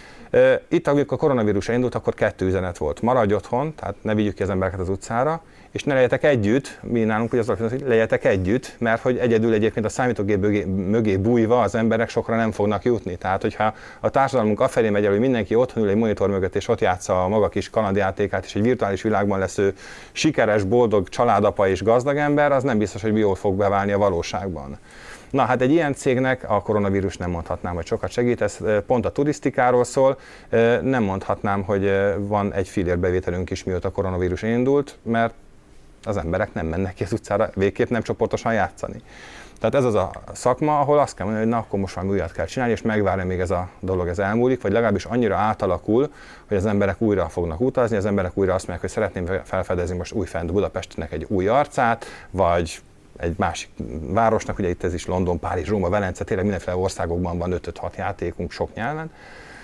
Itt, amikor a koronavírus indult, akkor kettő üzenet volt. Maradj otthon, tehát ne vigyük ki az embereket az utcára, és ne legyetek együtt, mi nálunk, hogy az hogy legyetek együtt, mert hogy egyedül egyébként a számítógép mögé, mögé bújva az emberek sokra nem fognak jutni. Tehát, hogyha a társadalmunk afelé megy el, hogy mindenki otthon ül egy monitor mögött, és ott játsza a maga kis kalandjátékát, és egy virtuális világban lesz ő sikeres, boldog családapa és gazdag ember, az nem biztos, hogy jól fog beválni a valóságban. Na hát egy ilyen cégnek a koronavírus nem mondhatnám, hogy sokat segít, ez pont a turisztikáról szól, nem mondhatnám, hogy van egy fillér bevételünk is, mióta a koronavírus indult, mert az emberek nem mennek ki az utcára, végképp nem csoportosan játszani. Tehát ez az a szakma, ahol azt kell mondani, hogy na, akkor most valami újat kell csinálni, és megvárni, még ez a dolog ez elmúlik, vagy legalábbis annyira átalakul, hogy az emberek újra fognak utazni, az emberek újra azt mondják, hogy szeretném felfedezni most újfent Budapestnek egy új arcát, vagy egy másik városnak, ugye itt ez is London, Párizs, Róma, Velence, tényleg mindenféle országokban van öt-hat játékunk sok nyelven.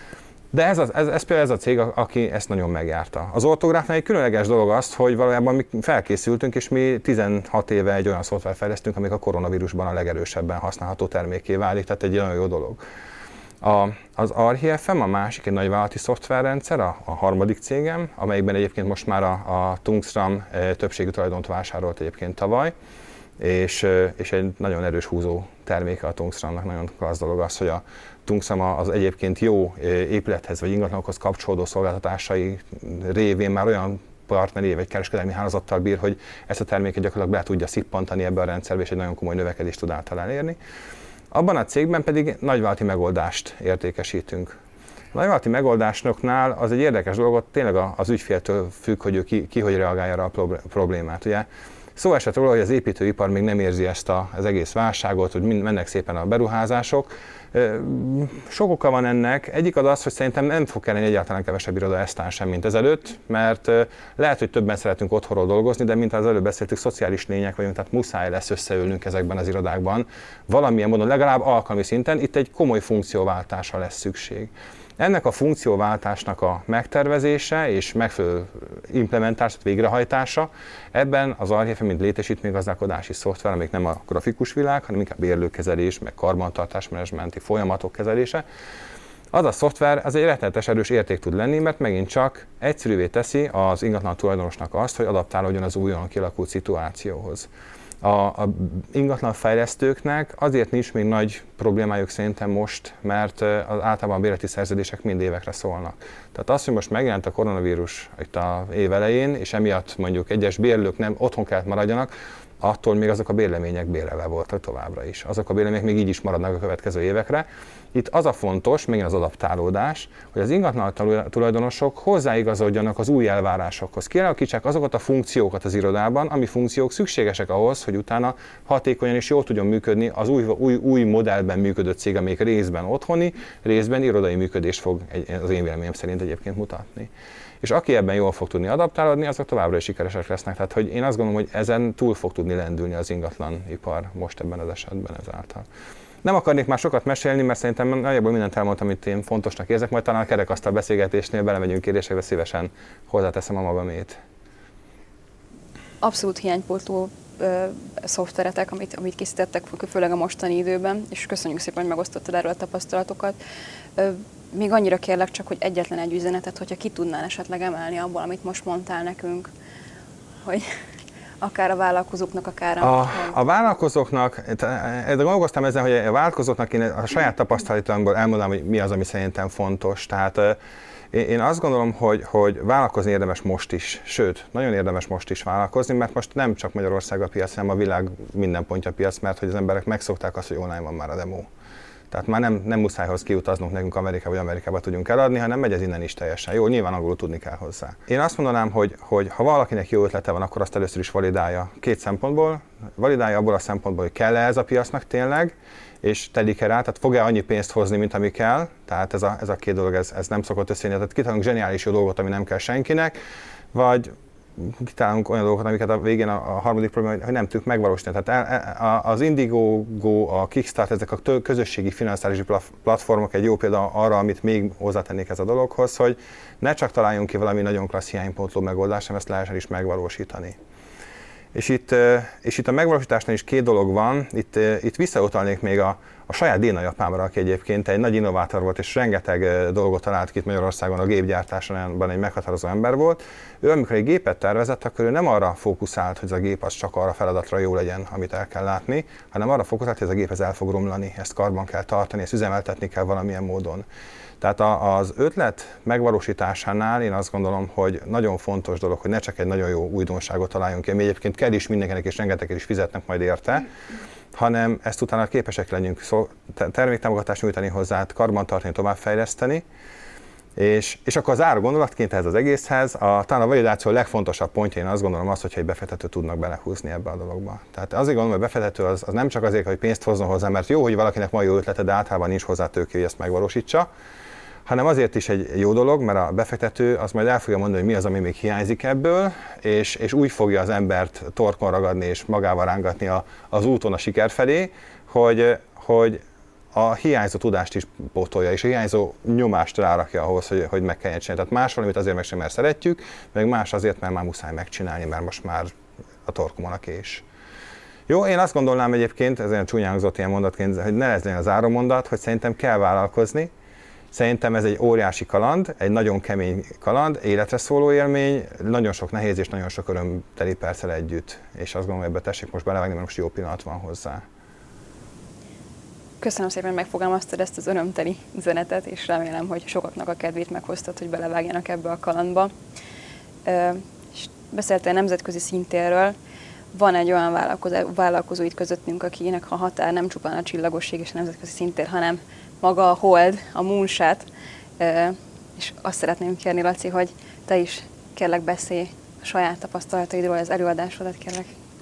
De ez, az, ez, ez például ez a cég, aki ezt nagyon megjárta. Az ortográfnál egy különleges dolog az, hogy valójában mi felkészültünk, és mi tizenhat éve egy olyan szoftvert fejlesztünk, amik a koronavírusban a legerősebben használható termékké válik, tehát egy nagyon jó dolog. A, az ArchiFM, a másik, egy nagyvállalati szoftverrendszer, a, a harmadik cégem, amelyikben egyébként most már a, a Tungsram többségű tulajdont vásárolt egyébként tavaly, és, és egy nagyon erős húzó terméke a Tungsramnak, nagyon klassz dolog az, hogy a Tungsram az egyébként jó épülethez vagy ingatlanokhoz kapcsolódó szolgáltatásai révén már olyan partneri vagy kereskedelmi hálózattal bír, hogy ezt a terméket gyakorlatilag be tudja szippantani ebbe a rendszerbe, és egy nagyon komoly növekedést tud által elérni. Abban a cégben pedig nagyvállalati megoldást értékesítünk. A nagyvállalati megoldásoknál az egy érdekes dolog, tényleg az ügyféltől függ, hogy ő ki, ki hogy reagálja rá a problémát. Ugye? Szó esett róla, hogy az építőipar még nem érzi ezt a, az egész válságot, hogy mind mennek szépen a beruházások. Sok oka van ennek. Egyik az az, hogy szerintem nem fog kelleni egyáltalán kevesebb iroda eztán sem, mint ezelőtt, mert lehet, hogy többen szeretünk otthonról dolgozni, de mint az előbb beszéltük, szociális lények vagyunk, tehát muszáj lesz összeülnünk ezekben az irodákban. Valamilyen módon, legalább alkalmi szinten, itt egy komoly funkcióváltásra lesz szükség. Ennek a funkcióváltásnak a megtervezése és megfelelő implementálása, végrehajtása, ebben az Archifem, mint létesítménygazdálkodási szoftver, amelyik nem a grafikus világ, hanem inkább érlőkezelés, meg karbantartásmenedzsmenti folyamatok kezelése, az a szoftver az egy rettenetes erős érték tud lenni, mert megint csak egyszerűvé teszi az ingatlan tulajdonosnak azt, hogy adaptálódjon az újonnan kialakult szituációhoz. A, a ingatlan fejlesztőknek azért nincs még nagy problémájuk szerintem most, mert az általában a bérleti szerződések mind évekre szólnak. Tehát az, hogy most megjelent a koronavírus itt a év elején, és emiatt mondjuk egyes bérlők nem otthon kellett maradjanak, attól még azok a bérlemények bérelve voltak továbbra is. Azok a bérlemények még így is maradnak a következő évekre. Itt az a fontos, megint az adaptálódás, hogy az ingatlan tulajdonosok hozzáigazodjanak az új elvárásokhoz. Kialakítsák azokat a funkciókat az irodában, ami funkciók szükségesek ahhoz, hogy utána hatékonyan és jól tudjon működni az új, új, új modellben működő cég, amelyik részben otthoni, részben irodai működést fog az én véleményem szerint egyébként mutatni. És aki ebben jól fog tudni adaptálódni, azok továbbra is sikeresek lesznek. Tehát hogy én azt gondolom, hogy ezen túl fog tudni lendülni az ingatlanipar most ebben az esetben ezáltal. Nem akarnék már sokat mesélni, mert szerintem nagyjából mindent elmondtam, amit én fontosnak érzek, majd talán a kerekasztal beszélgetésnél belemegyünk kérdésekbe, szívesen hozzáteszem a magamét. Abszolút hiánypótló ö, szoftveretek, amit, amit készítettek, főleg a mostani időben, és köszönjük szépen, hogy megosztottad erről a tapasztalatokat. Ö, Még annyira kérlek csak, hogy egyetlen egy üzenetet, hogyha ki tudnál esetleg emelni abból, amit most mondtál nekünk, hogy akár a vállalkozóknak, akár a... A, a vállalkozóknak, gondolkoztam ezen, hogy a vállalkozóknak én a saját tapasztalatomból elmondanám, hogy mi az, ami szerintem fontos. Tehát én azt gondolom, hogy, hogy vállalkozni érdemes most is, sőt, nagyon érdemes most is vállalkozni, mert most nem csak Magyarország a piac, hanem a világ minden pontja a piac, mert hogy az emberek megszokták azt, hogy online van már a demo. Tehát már nem, nem muszájhoz kiutaznunk nekünk Amerikába, vagy Amerikába tudjunk eladni, hanem megy ez innen is teljesen. Jó, nyilván angolul tudni kell hozzá. Én azt mondanám, hogy, hogy ha valakinek jó ötlete van, akkor azt először is validálja két szempontból. Validálja abból a szempontból, hogy kell-e ez a piacnak tényleg, és telik-e rá, tehát fog-e annyi pénzt hozni, mint ami kell. Tehát ez a, ez a két dolog, ez, ez nem szokott összejönni. Tehát kitalálunk zseniális jó dolgot, ami nem kell senkinek, vagy kitálunk olyan dolgokat, amiket a végén a, a harmadik probléma, hogy nem tudjuk megvalósítani. Tehát az Indiegogo, a Kickstart, ezek a közösségi finanszírozási platformok egy jó példa arra, amit még hozzátennék ez a dologhoz, hogy ne csak találjunk ki valami nagyon klassz hiánypótló megoldást, hanem ezt lehessen is megvalósítani. És itt, és itt a megvalósításnál is két dolog van, itt, itt visszautalnék még a, a saját dénagyapámra, aki egyébként egy nagy innovátor volt, és rengeteg dolgot talált ki itt Magyarországon a gépgyártásban, egy meghatározó ember volt. Ő amikor egy gépet tervezett, akkor ő nem arra fókuszált, hogy ez a gép az csak arra feladatra jó legyen, amit el kell látni, hanem arra fókuszált, hogy ez a gép ez el fog romlani, ezt karban kell tartani, ezt üzemeltetni kell valamilyen módon. Tehát az ötlet megvalósításánál én azt gondolom, hogy nagyon fontos dolog, hogy ne csak egy nagyon jó újdonságot találjunk ki, ami egyébként kell is mindenkinek, és rengeteget is fizetnek majd érte, hanem ezt utána képesek legyünk terméktámogatást nyújtani hozzá, karbantartani, továbbfejleszteni. És, és akkor az záró gondolatként ez az egészhez, a, talán a validáció legfontosabb pontja, én azt gondolom az, hogyha egy befektető tudnak belehúzni ebbe a dologba. Tehát azért gondolom, hogy a befektető az, az nem csak azért, hogy pénzt hozzon hozzá, mert jó, hogy valakinek van jó ötlete, de általában nincs hozzá tőke, hogy ezt megvalósítsa, hanem azért is egy jó dolog, mert a befektető az majd el fogja mondani, hogy mi az, ami még hiányzik ebből, és, és úgy fogja az embert torkon ragadni és magával rángatni a, az úton a siker felé, hogy, hogy a hiányzó tudást is pótolja, és a hiányzó nyomást rárakja ahhoz, hogy, hogy meg kelljen csinálni. Tehát más valamit azért meg sem, mert szeretjük, meg más azért, mert már muszáj megcsinálni, mert most már a torkomon a kés. Jó, én azt gondolnám egyébként, ez olyan csúnyán hangzott ilyen mondatként, hogy ne ez legyen az áromondat, hogy szerintem kell vállalkozni. Szerintem ez egy óriási kaland, egy nagyon kemény kaland, életre szóló élmény, nagyon sok nehéz és nagyon sok örömteli perccel együtt. És azt gondolom, hogy ebbe tessék most belevágni, mert most jó pillanat van hozzá. Köszönöm szépen, hogy megfogalmaztad ezt az örömteli üzenetet, és remélem, hogy sokaknak a kedvét meghoztad, hogy belevágjanak ebbe a kalandba. És beszéltél nemzetközi szintéről. Van egy olyan vállalkozó, vállalkozó itt közöttünk, akinek a határ nem csupán a csillagosség és a nemzetközi szintér, hanem maga a hold, a moonshot, És azt szeretném kérni, Laci, hogy te is kérlek beszélj a saját tapasztalataidról, az előadásodat kérlek.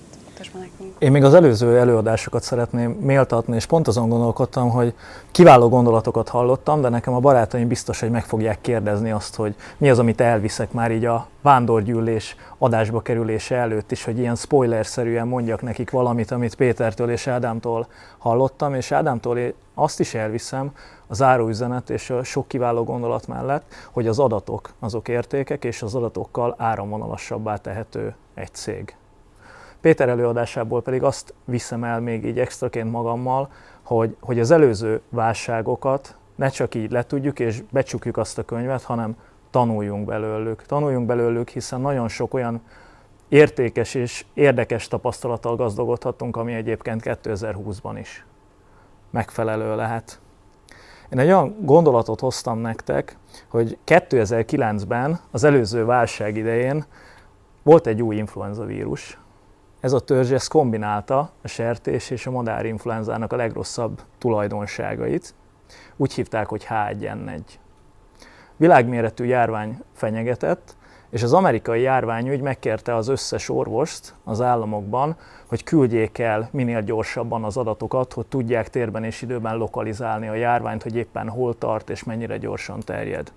Én még az előző előadásokat szeretném méltatni, és pont azon gondolkodtam, hogy kiváló gondolatokat hallottam, de nekem a barátaim biztos, hogy meg fogják kérdezni azt, hogy mi az, amit elviszek már így a vándorgyűlés adásba kerülése előtt is, hogy ilyen spoilerszerűen mondjak nekik valamit, amit Pétertől és Ádámtól hallottam, és Ádámtól azt is elviszem, a záróüzenet és a sok kiváló gondolat mellett, hogy az adatok azok értékek, és az adatokkal áramvonalasabbá tehető egy cég. Péter előadásából pedig azt viszem el még így extraként magammal, hogy, hogy az előző válságokat ne csak így letudjuk és becsukjuk azt a könyvet, hanem tanuljunk belőlük. Tanuljunk belőlük, hiszen nagyon sok olyan értékes és érdekes tapasztalattal gazdagodhatunk, ami egyébként kétezer-húszban is megfelelő lehet. Én egy olyan gondolatot hoztam nektek, hogy kétezer-kilencben, az előző válság idején volt egy új influenza vírus. Ez a törzs ez kombinálta a sertés és a madárinfluenzának a legrosszabb tulajdonságait. Úgy hívták, hogy há egy en egy. Világméretű járvány fenyegetett, és az amerikai járványügy megkérte az összes orvost az államokban, hogy küldjék el minél gyorsabban az adatokat, hogy tudják térben és időben lokalizálni a járványt, hogy éppen hol tart és mennyire gyorsan terjed.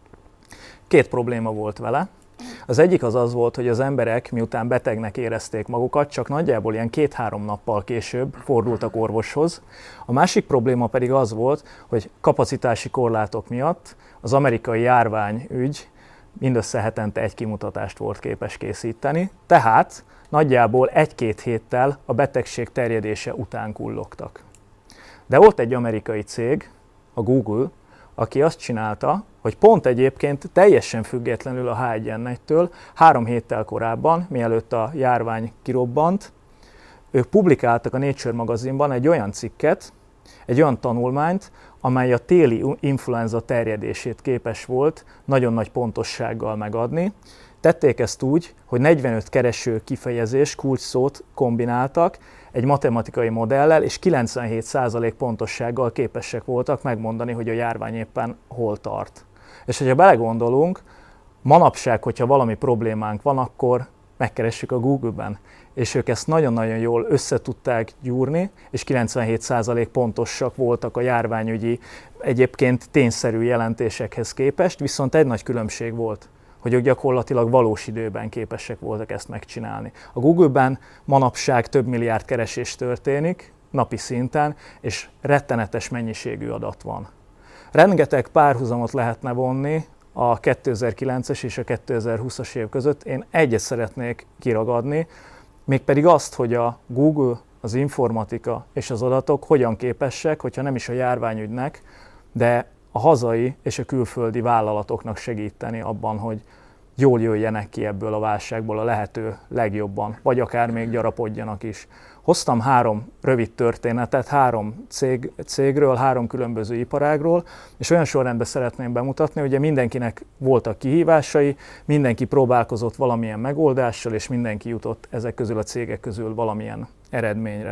Két probléma volt vele. Az egyik az az volt, hogy az emberek, miután betegnek érezték magukat, csak nagyjából ilyen két-három nappal később fordultak orvoshoz. A másik probléma pedig az volt, hogy kapacitási korlátok miatt az amerikai járványügy mindössze hetente egy kimutatást volt képes készíteni, tehát nagyjából egy-két héttel a betegség terjedése után kullogtak. De volt egy amerikai cég, a Google, aki azt csinálta, hogy pont egyébként teljesen függetlenül a há egy en egytől három héttel korábban, mielőtt a járvány kirobbant, ők publikáltak a Nature magazinban egy olyan cikket, egy olyan tanulmányt, amely a téli influenza terjedését képes volt nagyon nagy pontossággal megadni. Tették ezt úgy, hogy negyvenöt kereső kifejezés, kulcsszót kombináltak egy matematikai modellel, és kilencvenhét százalék pontossággal képesek voltak megmondani, hogy a járvány éppen hol tart. És hogyha belegondolunk, manapság, hogyha valami problémánk van, akkor megkeressük a Google-ben, és ők ezt nagyon-nagyon jól összetudták gyúrni, és kilencvenhét százalék pontosak voltak a járványügyi, egyébként tényszerű jelentésekhez képest, viszont egy nagy különbség volt, hogy ők gyakorlatilag valós időben képesek voltak ezt megcsinálni. A Google-ben manapság több milliárd keresés történik napi szinten, és rettenetes mennyiségű adat van. Rengeteg párhuzamot lehetne vonni a kétezer-kilences és a kétezer-húszas év között. Én egyet szeretnék kiragadni, mégpedig azt, hogy a Google, az informatika és az adatok hogyan képesek, hogyha nem is a járványügynek, de a hazai és a külföldi vállalatoknak segíteni abban, hogy jól jöjjenek ki ebből a válságból a lehető legjobban, vagy akár még gyarapodjanak is. Hoztam három rövid történetet, három cég, cégről, három különböző iparágról, és olyan sorrendben szeretném bemutatni, hogy mindenkinek voltak kihívásai, mindenki próbálkozott valamilyen megoldással, és mindenki jutott ezek közül a cégek közül valamilyen eredményre.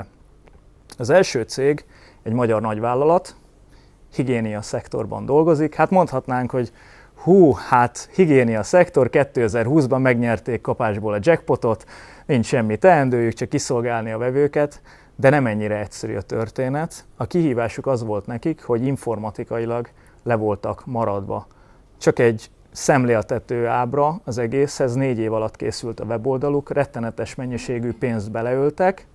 Az első cég egy magyar nagyvállalat, higiénia szektorban dolgozik. Hát mondhatnánk, hogy hú, hát higiénia szektor, kétezer-húszban megnyerték kapásból a jackpotot, nincs semmi teendőjük, csak kiszolgálni a vevőket, de nem ennyire egyszerű a történet. A kihívásuk az volt nekik, hogy informatikailag le voltak maradva. Csak egy szemléltető ábra az egészhez, négy év alatt készült a weboldaluk, rettenetes mennyiségű pénzt beleöltek,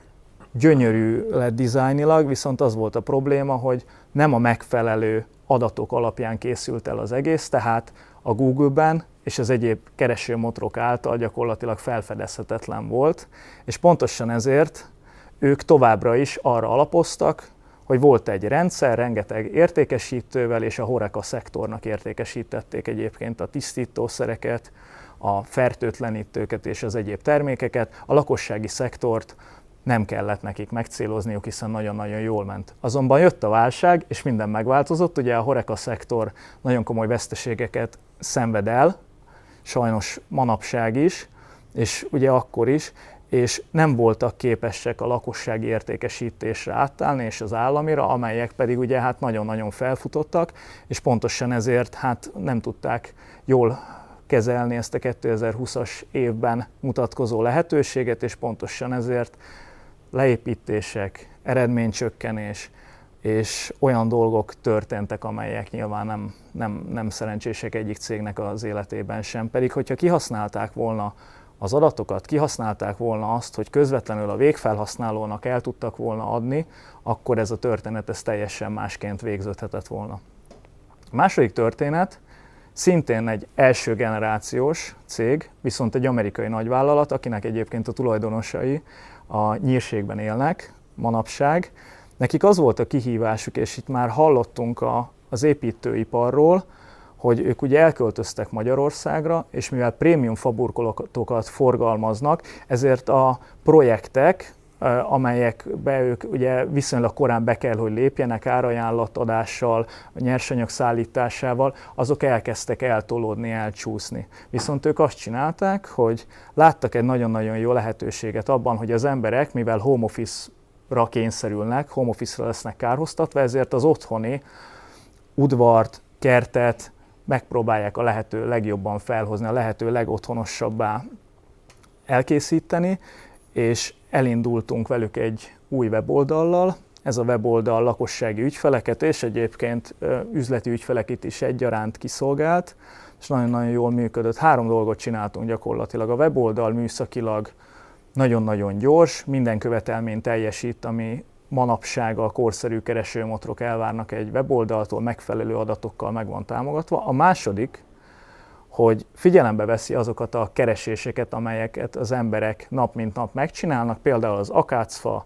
gyönyörű lett dizájnilag, viszont az volt a probléma, hogy nem a megfelelő adatok alapján készült el az egész, tehát a Google-ben és az egyéb keresőmotorok által gyakorlatilag felfedezhetetlen volt, és pontosan ezért ők továbbra is arra alapoztak, hogy volt egy rendszer, rengeteg értékesítővel, és a Horeca szektornak értékesítették egyébként a tisztítószereket, a fertőtlenítőket és az egyéb termékeket, a lakossági szektort nem kellett nekik megcélozniuk, hiszen nagyon-nagyon jól ment. Azonban jött a válság, és minden megváltozott, ugye a Horeca szektor nagyon komoly veszteségeket szenved el, sajnos manapság is, és ugye akkor is, és nem voltak képesek a lakossági értékesítésre átállni, és az államira, amelyek pedig ugye hát nagyon-nagyon felfutottak, és pontosan ezért hát nem tudták jól kezelni ezt a kétezer-húszas évben mutatkozó lehetőséget, és pontosan ezért leépítések, eredménycsökkenés, és olyan dolgok történtek, amelyek nyilván nem, nem, nem szerencsések egyik cégnek az életében sem. Pedig, hogyha kihasználták volna az adatokat, kihasználták volna azt, hogy közvetlenül a végfelhasználónak el tudtak volna adni, akkor ez a történet ez teljesen másként végződhetett volna. A második történet szintén egy első generációs cég, viszont egy amerikai nagyvállalat, akinek egyébként a tulajdonosai a nyírségben élnek manapság. Nekik az volt a kihívásuk, és itt már hallottunk a, az építőiparról, hogy ők ugye elköltöztek Magyarországra, és mivel prémium faburkolatokat forgalmaznak, ezért a projektek, amelyekbe ők ugye viszonylag korán be kell, hogy lépjenek árajánlatadással, nyersanyag szállításával, azok elkezdtek eltolódni, elcsúszni. Viszont ők azt csinálták, hogy láttak egy nagyon-nagyon jó lehetőséget abban, hogy az emberek, mivel home office-ra kényszerülnek, home office-ra lesznek kárhoztatva, ezért az otthoni udvart, kertet megpróbálják a lehető legjobban felhozni, a lehető legotthonosabbá elkészíteni, és elindultunk velük egy új weboldallal. Ez a weboldal lakossági ügyfeleket és egyébként üzleti ügyfeleket is egyaránt kiszolgált, és nagyon-nagyon jól működött. Három dolgot csináltunk gyakorlatilag. A weboldal műszakilag nagyon-nagyon gyors, minden követelményt teljesít, ami manapság a korszerű keresőmotorok elvárnak egy weboldaltól, megfelelő adatokkal meg van támogatva. A második, hogy figyelembe veszi azokat a kereséseket, amelyeket az emberek nap mint nap megcsinálnak, például az akácfa,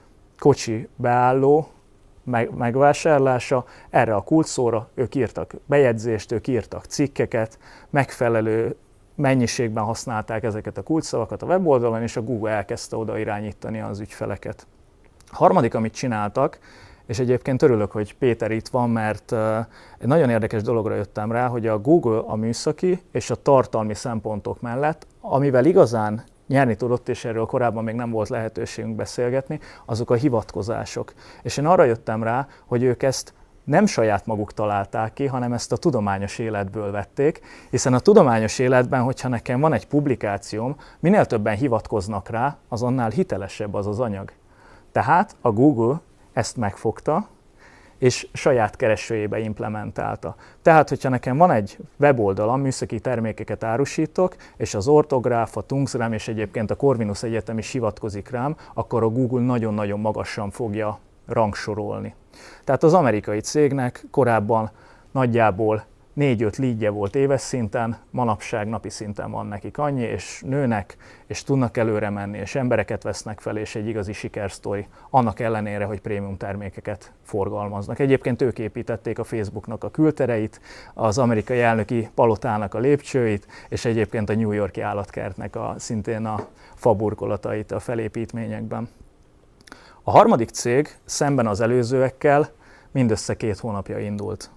kocsi beálló meg, megvásárlása, erre a kulcsszóra ők írtak bejegyzést, ők írtak cikkeket, megfelelő mennyiségben használták ezeket a kulcsszavakat a weboldalon, és a Google elkezdte oda irányítani az ügyfeleket. A harmadik, amit csináltak, és egyébként örülök, hogy Péter itt van, mert egy nagyon érdekes dologra jöttem rá, hogy a Google a műszaki és a tartalmi szempontok mellett, amivel igazán nyerni tudott, és erről korábban még nem volt lehetőségünk beszélgetni, azok a hivatkozások. És én arra jöttem rá, hogy ők ezt nem saját maguk találták ki, hanem ezt a tudományos életből vették, hiszen a tudományos életben, hogyha nekem van egy publikációm, minél többen hivatkoznak rá, azonnal hitelesebb az az anyag. Tehát a Google ezt megfogta, és saját keresőjébe implementálta. Tehát, hogyha nekem van egy weboldalam, műszaki termékeket árusítok, és az ortográf, a Tungsram és egyébként a Corvinus Egyetem is hivatkozik rám, akkor a Google nagyon-nagyon magasan fogja rangsorolni. Tehát az amerikai cégnek korábban nagyjából négy-öt leadje volt éves szinten, manapság napi szinten van nekik annyi, és nőnek, és tudnak előre menni, és embereket vesznek fel, és egy igazi sikersztori, annak ellenére, hogy prémium termékeket forgalmaznak. Egyébként ők építették a Facebooknak a kültereit, az amerikai elnöki palotának a lépcsőit, és egyébként a New York-i állatkertnek a, szintén a faburkolatait a felépítményekben. A harmadik cég szemben az előzőekkel mindössze két hónapja indult.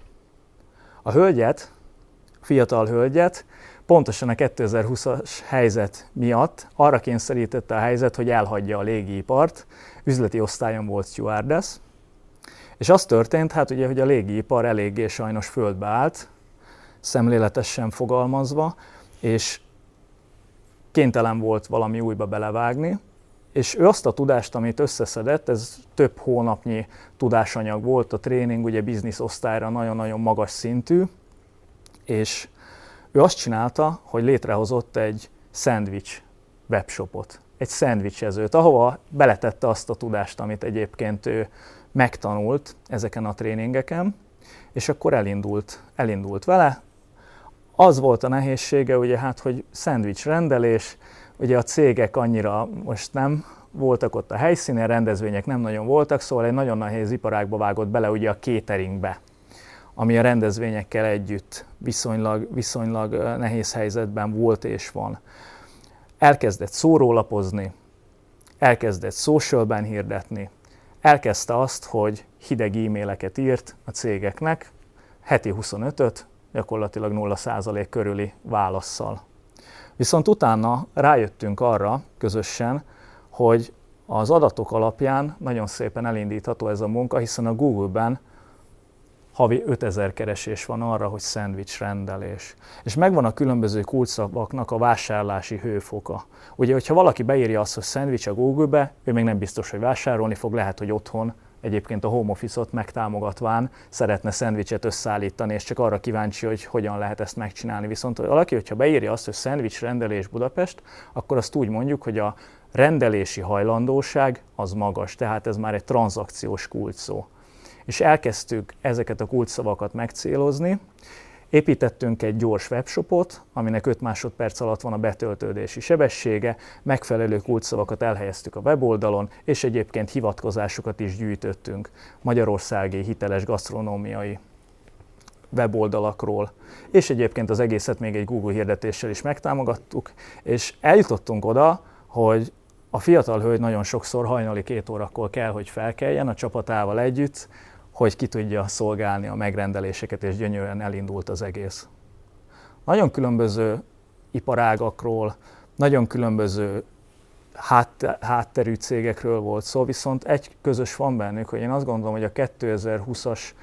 A hölgyet, a fiatal hölgyet pontosan a kétezer-húszas helyzet miatt arra kényszerítette a helyzet, hogy elhagyja a légipart, üzleti osztályon volt stewardess, és az történt, hát ugye, hogy a légipar eléggé sajnos földbe állt, szemléletesen fogalmazva, és kénytelen volt valami újba belevágni, és ő azt a tudást, amit összeszedett, ez több hónapnyi tudásanyag volt, a tréning ugye biznisz osztályra nagyon-nagyon magas szintű, és ő azt csinálta, hogy létrehozott egy szendvics webshopot, egy szendvicsezőt, ahova beletette azt a tudást, amit egyébként ő megtanult ezeken a tréningeken, és akkor elindult, elindult vele. Az volt a nehézsége, ugye hát, hogy szendvics rendelés, ugye a cégek annyira most nem voltak ott a helyszínen, rendezvények nem nagyon voltak, szóval egy nagyon nehéz iparágba vágott bele ugye a cateringbe, ami a rendezvényekkel együtt viszonylag, viszonylag nehéz helyzetben volt és van. Elkezdett szórólapozni, elkezdett socialben hirdetni, elkezdte azt, hogy hideg e-maileket írt a cégeknek, heti huszonötöt, gyakorlatilag nulla százalék körüli válasszal. Viszont utána rájöttünk arra közösen, hogy az adatok alapján nagyon szépen elindítható ez a munka, hiszen a Google-ben havi ötezer keresés van arra, hogy szendvics rendelés. És megvan a különböző kulcsszavaknak a vásárlási hőfoka. Ugye, hogyha valaki beírja azt, hogy szendvics a Google-be, ő még nem biztos, hogy vásárolni fog, lehet, hogy otthon egyébként a home office-ot megtámogatván szeretne szendvicset összeállítani, és csak arra kíváncsi, hogy hogyan lehet ezt megcsinálni. Viszont valaki, hogyha beírja azt, hogy szendvics rendelés Budapest, akkor azt úgy mondjuk, hogy a rendelési hajlandóság az magas, tehát ez már egy tranzakciós kulcsszó. És elkezdtük ezeket a kulcsszavakat megcélozni, építettünk egy gyors webshopot, aminek öt másodperc alatt van a betöltődési sebessége, megfelelő kulcsszavakat elhelyeztük a weboldalon, és egyébként hivatkozásokat is gyűjtöttünk magyarországi hiteles gasztronómiai weboldalakról, és egyébként az egészet még egy Google hirdetéssel is megtámogattuk, és eljutottunk oda, hogy a fiatal hölgy nagyon sokszor hajnali két órakor kell, hogy felkeljen a csapatával együtt, hogy ki tudja szolgálni a megrendeléseket, és gyönyörűen elindult az egész. Nagyon különböző iparágakról, nagyon különböző hátterű cégekről volt szó, viszont egy közös van bennük, hogy én azt gondolom, hogy a kétezer-húszas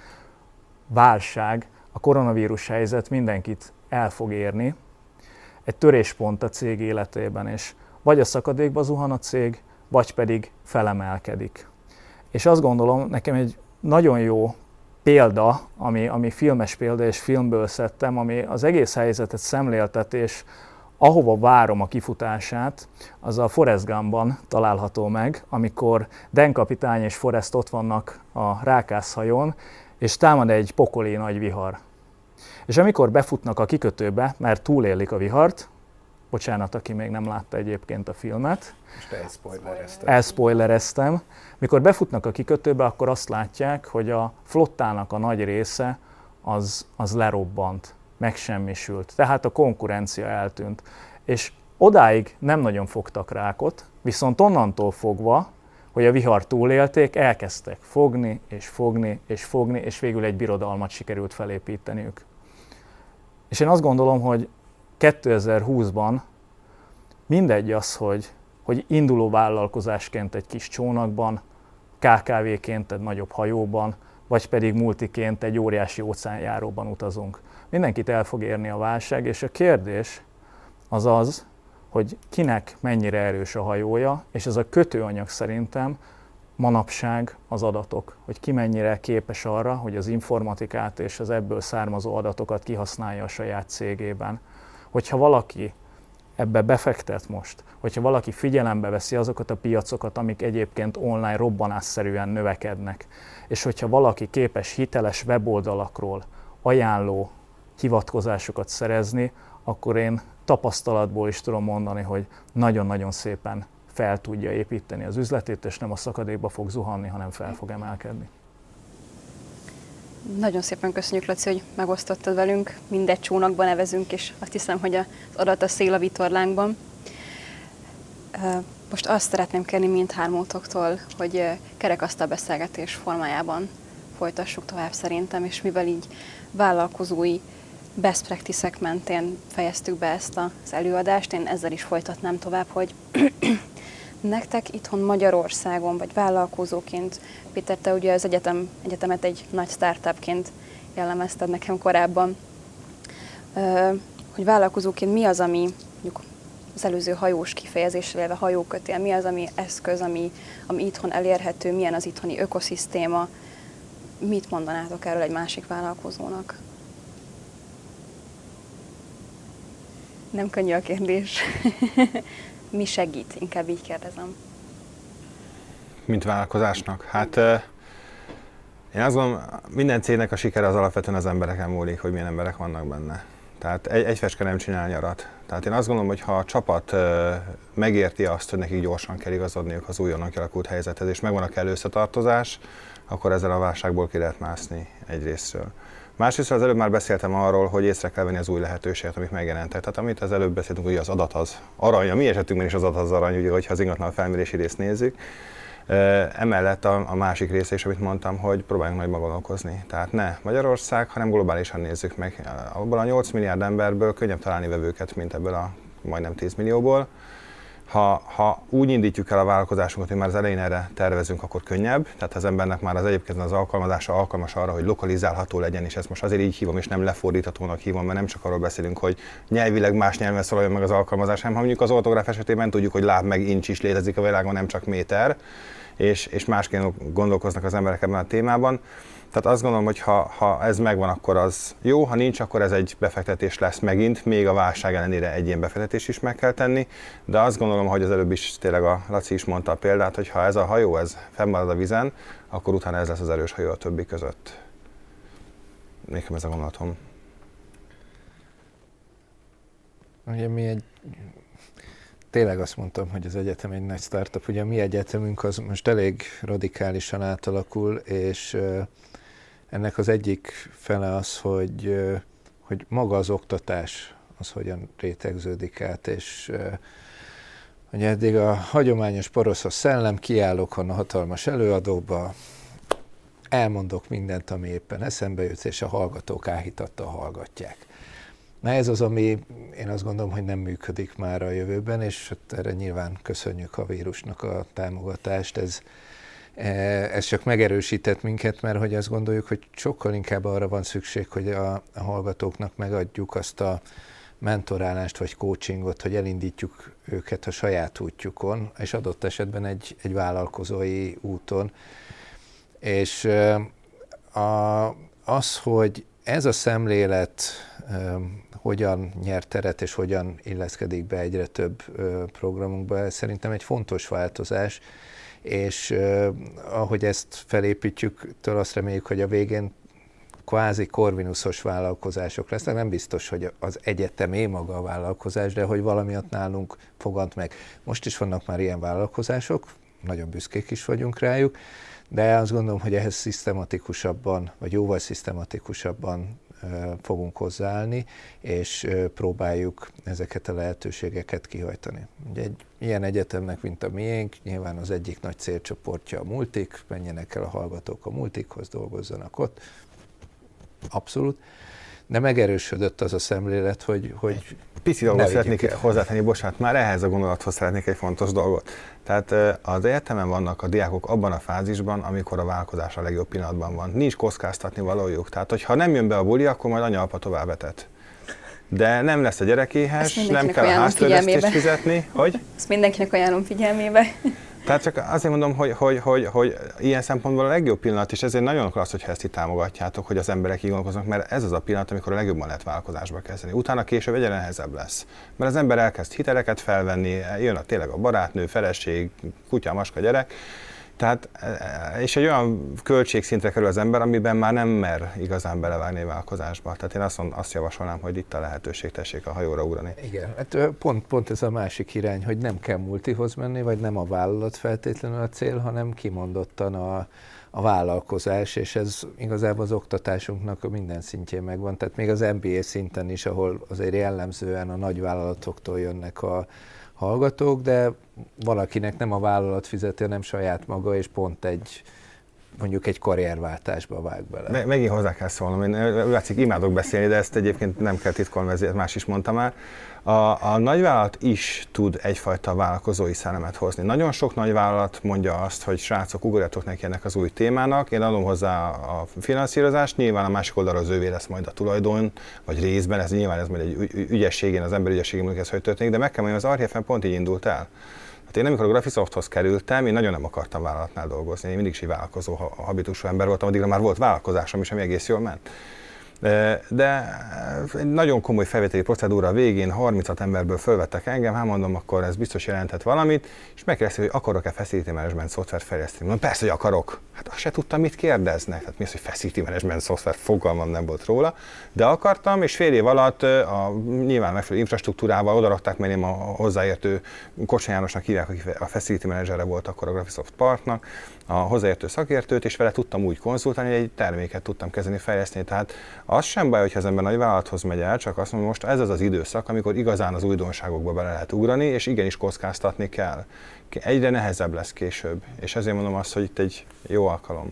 válság, a koronavírus helyzet mindenkit el fog érni, egy töréspont a cég életében, és vagy a szakadékba zuhan a cég, vagy pedig felemelkedik. És azt gondolom, nekem egy nagyon jó példa, ami, ami filmes példa, és filmből szedtem, ami az egész helyzetet szemléltet, és ahova várom a kifutását, az a Forrest Gumpban található meg, amikor Dan kapitány és Forrest ott vannak a rákászhajón, és támad egy pokoli nagy vihar. És amikor befutnak a kikötőbe, mert túlélik a vihart, bocsánat, aki még nem látta egyébként a filmet. Most elszpoilereztem. Elszpoilereztem. Mikor befutnak a kikötőbe, akkor azt látják, hogy a flottának a nagy része az, az lerobbant, megsemmisült. Tehát a konkurencia eltűnt. És odáig nem nagyon fogtak rákot, viszont onnantól fogva, hogy a vihar túlélték, elkezdtek fogni, és fogni, és fogni, és végül egy birodalmat sikerült felépíteniük. És én azt gondolom, hogy kétezer-húszban mindegy az, hogy, hogy induló vállalkozásként egy kis csónakban, ká ká vé-ként egy nagyobb hajóban, vagy pedig multiként egy óriási óceánjáróban utazunk. Mindenkit el fog érni a válság, és a kérdés az az, hogy kinek mennyire erős a hajója, és ez a kötőanyag szerintem manapság az adatok, hogy ki mennyire képes arra, hogy az informatikát és az ebből származó adatokat kihasználja a saját cégében. Hogyha valaki ebbe befektet most, hogyha valaki figyelembe veszi azokat a piacokat, amik egyébként online robbanásszerűen növekednek, és hogyha valaki képes hiteles weboldalakról ajánló hivatkozásokat szerezni, akkor én tapasztalatból is tudom mondani, hogy nagyon-nagyon szépen fel tudja építeni az üzletét, és nem a szakadékba fog zuhanni, hanem fel fog emelkedni. Nagyon szépen köszönjük, Laci, hogy megosztottad velünk. Mindegy csónakban nevezünk, és azt hiszem, hogy az adat a szél a vitorlánkban. Most azt szeretném kérni mindhármótoktól, hogy kerekasztal beszélgetés formájában folytassuk tovább szerintem, és mivel így vállalkozói best practice-ek mentén fejeztük be ezt az előadást, én ezzel is folytatnám tovább, hogy nektek itthon Magyarországon, vagy vállalkozóként, Péter, te ugye az egyetem, egyetemet egy nagy startupként jellemezted nekem korábban, hogy vállalkozóként mi az, ami mondjuk az előző hajós kifejezéssel, illetve hajókötél, mi az, ami eszköz, ami, ami itthon elérhető, milyen az itthoni ökoszisztéma, mit mondanátok erről egy másik vállalkozónak? Nem könnyű a kérdés. Mi segít? Inkább így kérdezem. Mint vállalkozásnak? Hát én azt gondolom, minden cégnek a sikere az alapvetően az embereken múlik, hogy milyen emberek vannak benne. Tehát egy, egy fecske nem csinál nyarat. Tehát én azt gondolom, hogy ha a csapat megérti azt, hogy nekik gyorsan kell igazodniuk az újonnan kialakult helyzethez, és megvan a kellő összetartozás, akkor ezzel a válságból ki lehet mászni egyrésztről. Másrészt az előbb már beszéltem arról, hogy észre kell venni az új lehetőséget, amik megjelentek. Tehát amit az előbb beszéltünk, hogy az adat az arany, a mi esetünkben is az adat az arany, ugye, hogyha az ingatlan felmérési részt nézzük. Emellett a, a másik része is, amit mondtam, hogy próbáljunk nagyban gondolkozni. Tehát ne Magyarország, hanem globálisan nézzük meg. Abban a nyolc milliárd emberből könnyebb találni vevőket, mint ebből a majdnem tíz millióból. Ha, ha úgy indítjuk el a vállalkozásunkat, hogy már az elején erre tervezünk, akkor könnyebb. Tehát az embernek már az egyébként az alkalmazása alkalmas arra, hogy lokalizálható legyen, és ezt most azért így hívom, és nem lefordíthatónak hívom, mert nem csak arról beszélünk, hogy nyelvileg más nyelven szólaljon meg az alkalmazás, hanem ha mondjuk az ortográf esetében tudjuk, hogy láb meg incs is létezik a világon, nem csak méter, és, és másként gondolkoznak az emberek ebben a témában. Tehát azt gondolom, hogy ha, ha ez megvan, akkor az jó, ha nincs, akkor ez egy befektetés lesz megint, még a válság ellenére egy ilyen befektetés is meg kell tenni, de azt gondolom, hogy az előbb is tényleg a Laci is mondta a példát, hogy ha ez a hajó ez fennmarad a vízen, akkor utána ez lesz az erős hajó a többi között. Nekem ez a gondolatom. Ugye mi egy, tényleg azt mondtam, hogy az egyetem egy nagy startup, ugye mi egyetemünk az most elég radikálisan átalakul, és ennek az egyik fele az, hogy, hogy maga az oktatás az hogyan rétegződik át, és hogy eddig a hagyományos poroszos szellem, kiállok a hatalmas előadóba, elmondok mindent, ami éppen eszembe jut, és a hallgatók áhítattal hallgatják. Na ez az, ami én azt gondolom, hogy nem működik már a jövőben, és erre nyilván köszönjük a vírusnak a támogatást. Ez, ez csak megerősített minket, mert hogy azt gondoljuk, hogy sokkal inkább arra van szükség, hogy a, a hallgatóknak megadjuk azt a mentorálást vagy coachingot, hogy elindítjuk őket a saját útjukon, és adott esetben egy, egy vállalkozói úton. És a, az, hogy ez a szemlélet hogyan nyer teret és hogyan illeszkedik be egyre több programunkba, szerintem egy fontos változás, és ahogy ezt felépítjük, től azt reméljük, hogy a végén kvázi korvinuszos vállalkozások lesznek. Nem biztos, hogy az egyetemé maga a vállalkozás, de hogy valami ott nálunk fogant meg. Most is vannak már ilyen vállalkozások, nagyon büszkék is vagyunk rájuk, de azt gondolom, hogy ehhez szisztematikusabban, vagy jóval szisztematikusabban fogunk hozzáállni, és próbáljuk ezeket a lehetőségeket kihajtani. Ugye egy ilyen egyetemnek, mint a miénk, nyilván az egyik nagy célcsoportja a multik, menjenek el a hallgatók a multikhoz, dolgozzanak ott, abszolút, de megerősödött az a szemlélet, hogy, hogy pici dolgot szeretnék itt hozzátenni, bocsánat, már ehhez a gondolathoz szeretnék egy fontos dolgot. Tehát az egyetemen vannak a diákok abban a fázisban, amikor a vállalkozás a legjobb pillanatban van. Nincs kockáztatni valójuk. Tehát, hogyha nem jön be a buli, akkor majd anya-apa tovább etet. De nem lesz a gyerekéhes, nem kell a háztörlesztést fizetni. Hogy? Ezt mindenkinek ajánlom figyelmébe. Tehát csak azért mondom, hogy, hogy, hogy, hogy ilyen szempontból a legjobb pillanat, és ezért nagyon klassz, hogyha ezt itt támogatjátok, hogy az emberek így gondolkoznak, mert ez az a pillanat, amikor a legjobban lehet vállalkozásba kezdeni. Utána később egyre nehezebb lesz. Mert az ember elkezd hiteleket felvenni, jön a tényleg a barátnő, feleség, kutya, maska, gyerek. Tehát, és egy olyan költségszintre kerül az ember, amiben már nem mer igazán belevágni a vállalkozásba. Tehát én azt, azt javasolnám, hogy itt a lehetőség, tessék a hajóra ugrani. Igen, hát pont, pont ez a másik irány, hogy nem kell multihoz menni, vagy nem a vállalat feltétlenül a cél, hanem kimondottan a, a vállalkozás, és ez igazából az oktatásunknak a minden szintjén megvan. Tehát még az em bé á szinten is, ahol azért jellemzően a nagyvállalatoktól jönnek a hallgatók, de valakinek nem a vállalat fizeti, hanem saját maga, és pont egy, mondjuk egy karrierváltásba vág bele. Me- megint hozzá kell szólnom, én látszik, imádok beszélni, de ezt egyébként nem kell titkolni, ezért más is mondta már. A, a nagyvállalat is tud egyfajta vállalkozói szellemet hozni. Nagyon sok nagyvállalat mondja azt, hogy srácok, ugorjatok neki ennek az új témának, én adom hozzá a finanszírozást, nyilván a másik oldalra az ővé lesz majd a tulajdon, vagy részben, ez nyilván ez majd egy ügyességén, az ember ügyességén mondjuk ez hogy történik, de meg kell mondjam, az Archiefen pont így indult el. Hát én amikor a Graphisofthoz kerültem, én nagyon nem akartam vállalatnál dolgozni, én mindig is egy vállalkozó habitusú ember voltam, addigra már volt vállalkozásom is, ami egész jól ment. De egy nagyon komoly felvételi procedúra végén harminc emberből fölvettek engem, hát mondom, akkor ez biztos jelenthet valamit, és megkérdezték, hogy akarok-e facility management szoftvert fejleszteni. Mondom, persze, hogy akarok. Hát azt se tudtam, mit kérdeznek. Tehát mi az, hogy facility management szoftver, fogalmam nem volt róla, de akartam, és fél év alatt a nyilván megfelelő infrastruktúrával odarakták mellém a hozzáértő, Kocsa Jánosnak hívják, aki a facility managerre volt akkor a Graphisoft partnak, a hozzáértő szakértőt, és vele tudtam úgy konzultálni, hogy egy terméket tudtam kezdeni fejleszteni. Tehát az sem baj, hogyha az ember nagy vállalathoz megy el, csak azt mondom, most ez az az időszak, amikor igazán az újdonságokba bele lehet ugrani, és igenis kockáztatni kell. Egyre nehezebb lesz később, és ezért mondom azt, hogy itt egy jó alkalom.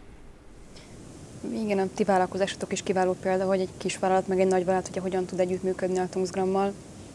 Igen, a ti vállalkozásotok is kiváló példa, hogy egy kis vállalat meg egy nagy vállalat, hogy hogyan tud együttműködni a Tungsgrammal.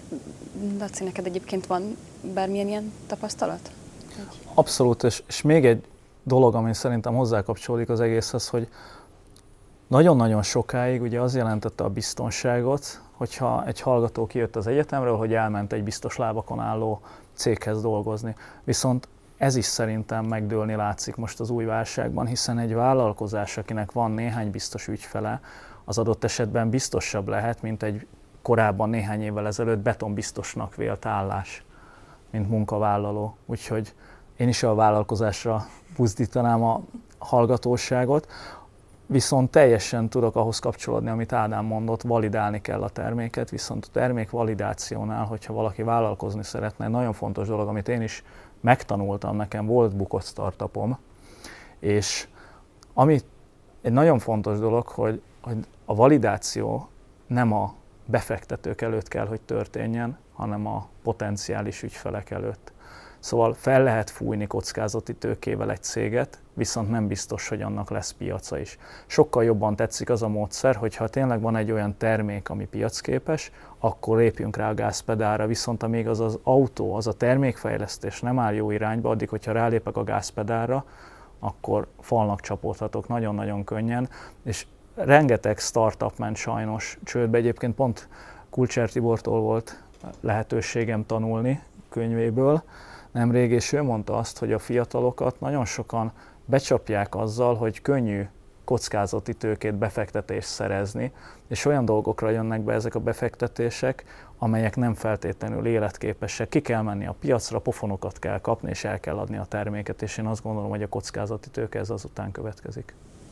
Laci, neked egyébként van bármilyen ilyen tapasztalat? Abszolút, és, és még egy dolog, ami szerintem hozzákapcsolódik az egészhez, hogy nagyon-nagyon sokáig ugye az jelentette a biztonságot, hogyha egy hallgató kijött az egyetemről, hogy elment egy biztos lábakon álló céghez dolgozni. Viszont ez is szerintem megdőlni látszik most az új válságban, hiszen egy vállalkozás, akinek van néhány biztos ügyfele, az adott esetben biztosabb lehet, mint egy korábban néhány évvel ezelőtt betonbiztosnak vélt állás, mint munkavállaló. Úgyhogy én is a vállalkozásra buzdítanám a hallgatóságot, viszont teljesen tudok ahhoz kapcsolódni, amit Ádám mondott, validálni kell a terméket, viszont a termék validációnál, hogyha valaki vállalkozni szeretne, egy nagyon fontos dolog, amit én is megtanultam, nekem volt bukott startupom, és ami egy nagyon fontos dolog, hogy, hogy a validáció nem a befektetők előtt kell, hogy történjen, hanem a potenciális ügyfelek előtt. Szóval fel lehet fújni kockázati tőkével egy céget, viszont nem biztos, hogy annak lesz piaca is. Sokkal jobban tetszik az a módszer, hogyha tényleg van egy olyan termék, ami piacképes, akkor lépjünk rá a gázpedálra, viszont amíg az az autó, az a termékfejlesztés nem áll jó irányba, addig, hogyha rálépek a gázpedálra, akkor falnak csapódhatok nagyon-nagyon könnyen, és rengeteg startup ment sajnos csődbe. Egyébként pont Kulcsár Tibortól volt lehetőségem tanulni könyvéből nemrég, és ő mondta azt, hogy a fiatalokat nagyon sokan becsapják azzal, hogy könnyű kockázati tőkét, befektetést szerezni, és olyan dolgokra jönnek be ezek a befektetések, amelyek nem feltétlenül életképesek. Ki kell menni a piacra, pofonokat kell kapni, és el kell adni a terméket, és én azt gondolom, hogy a kockázati tőke ez azután következik.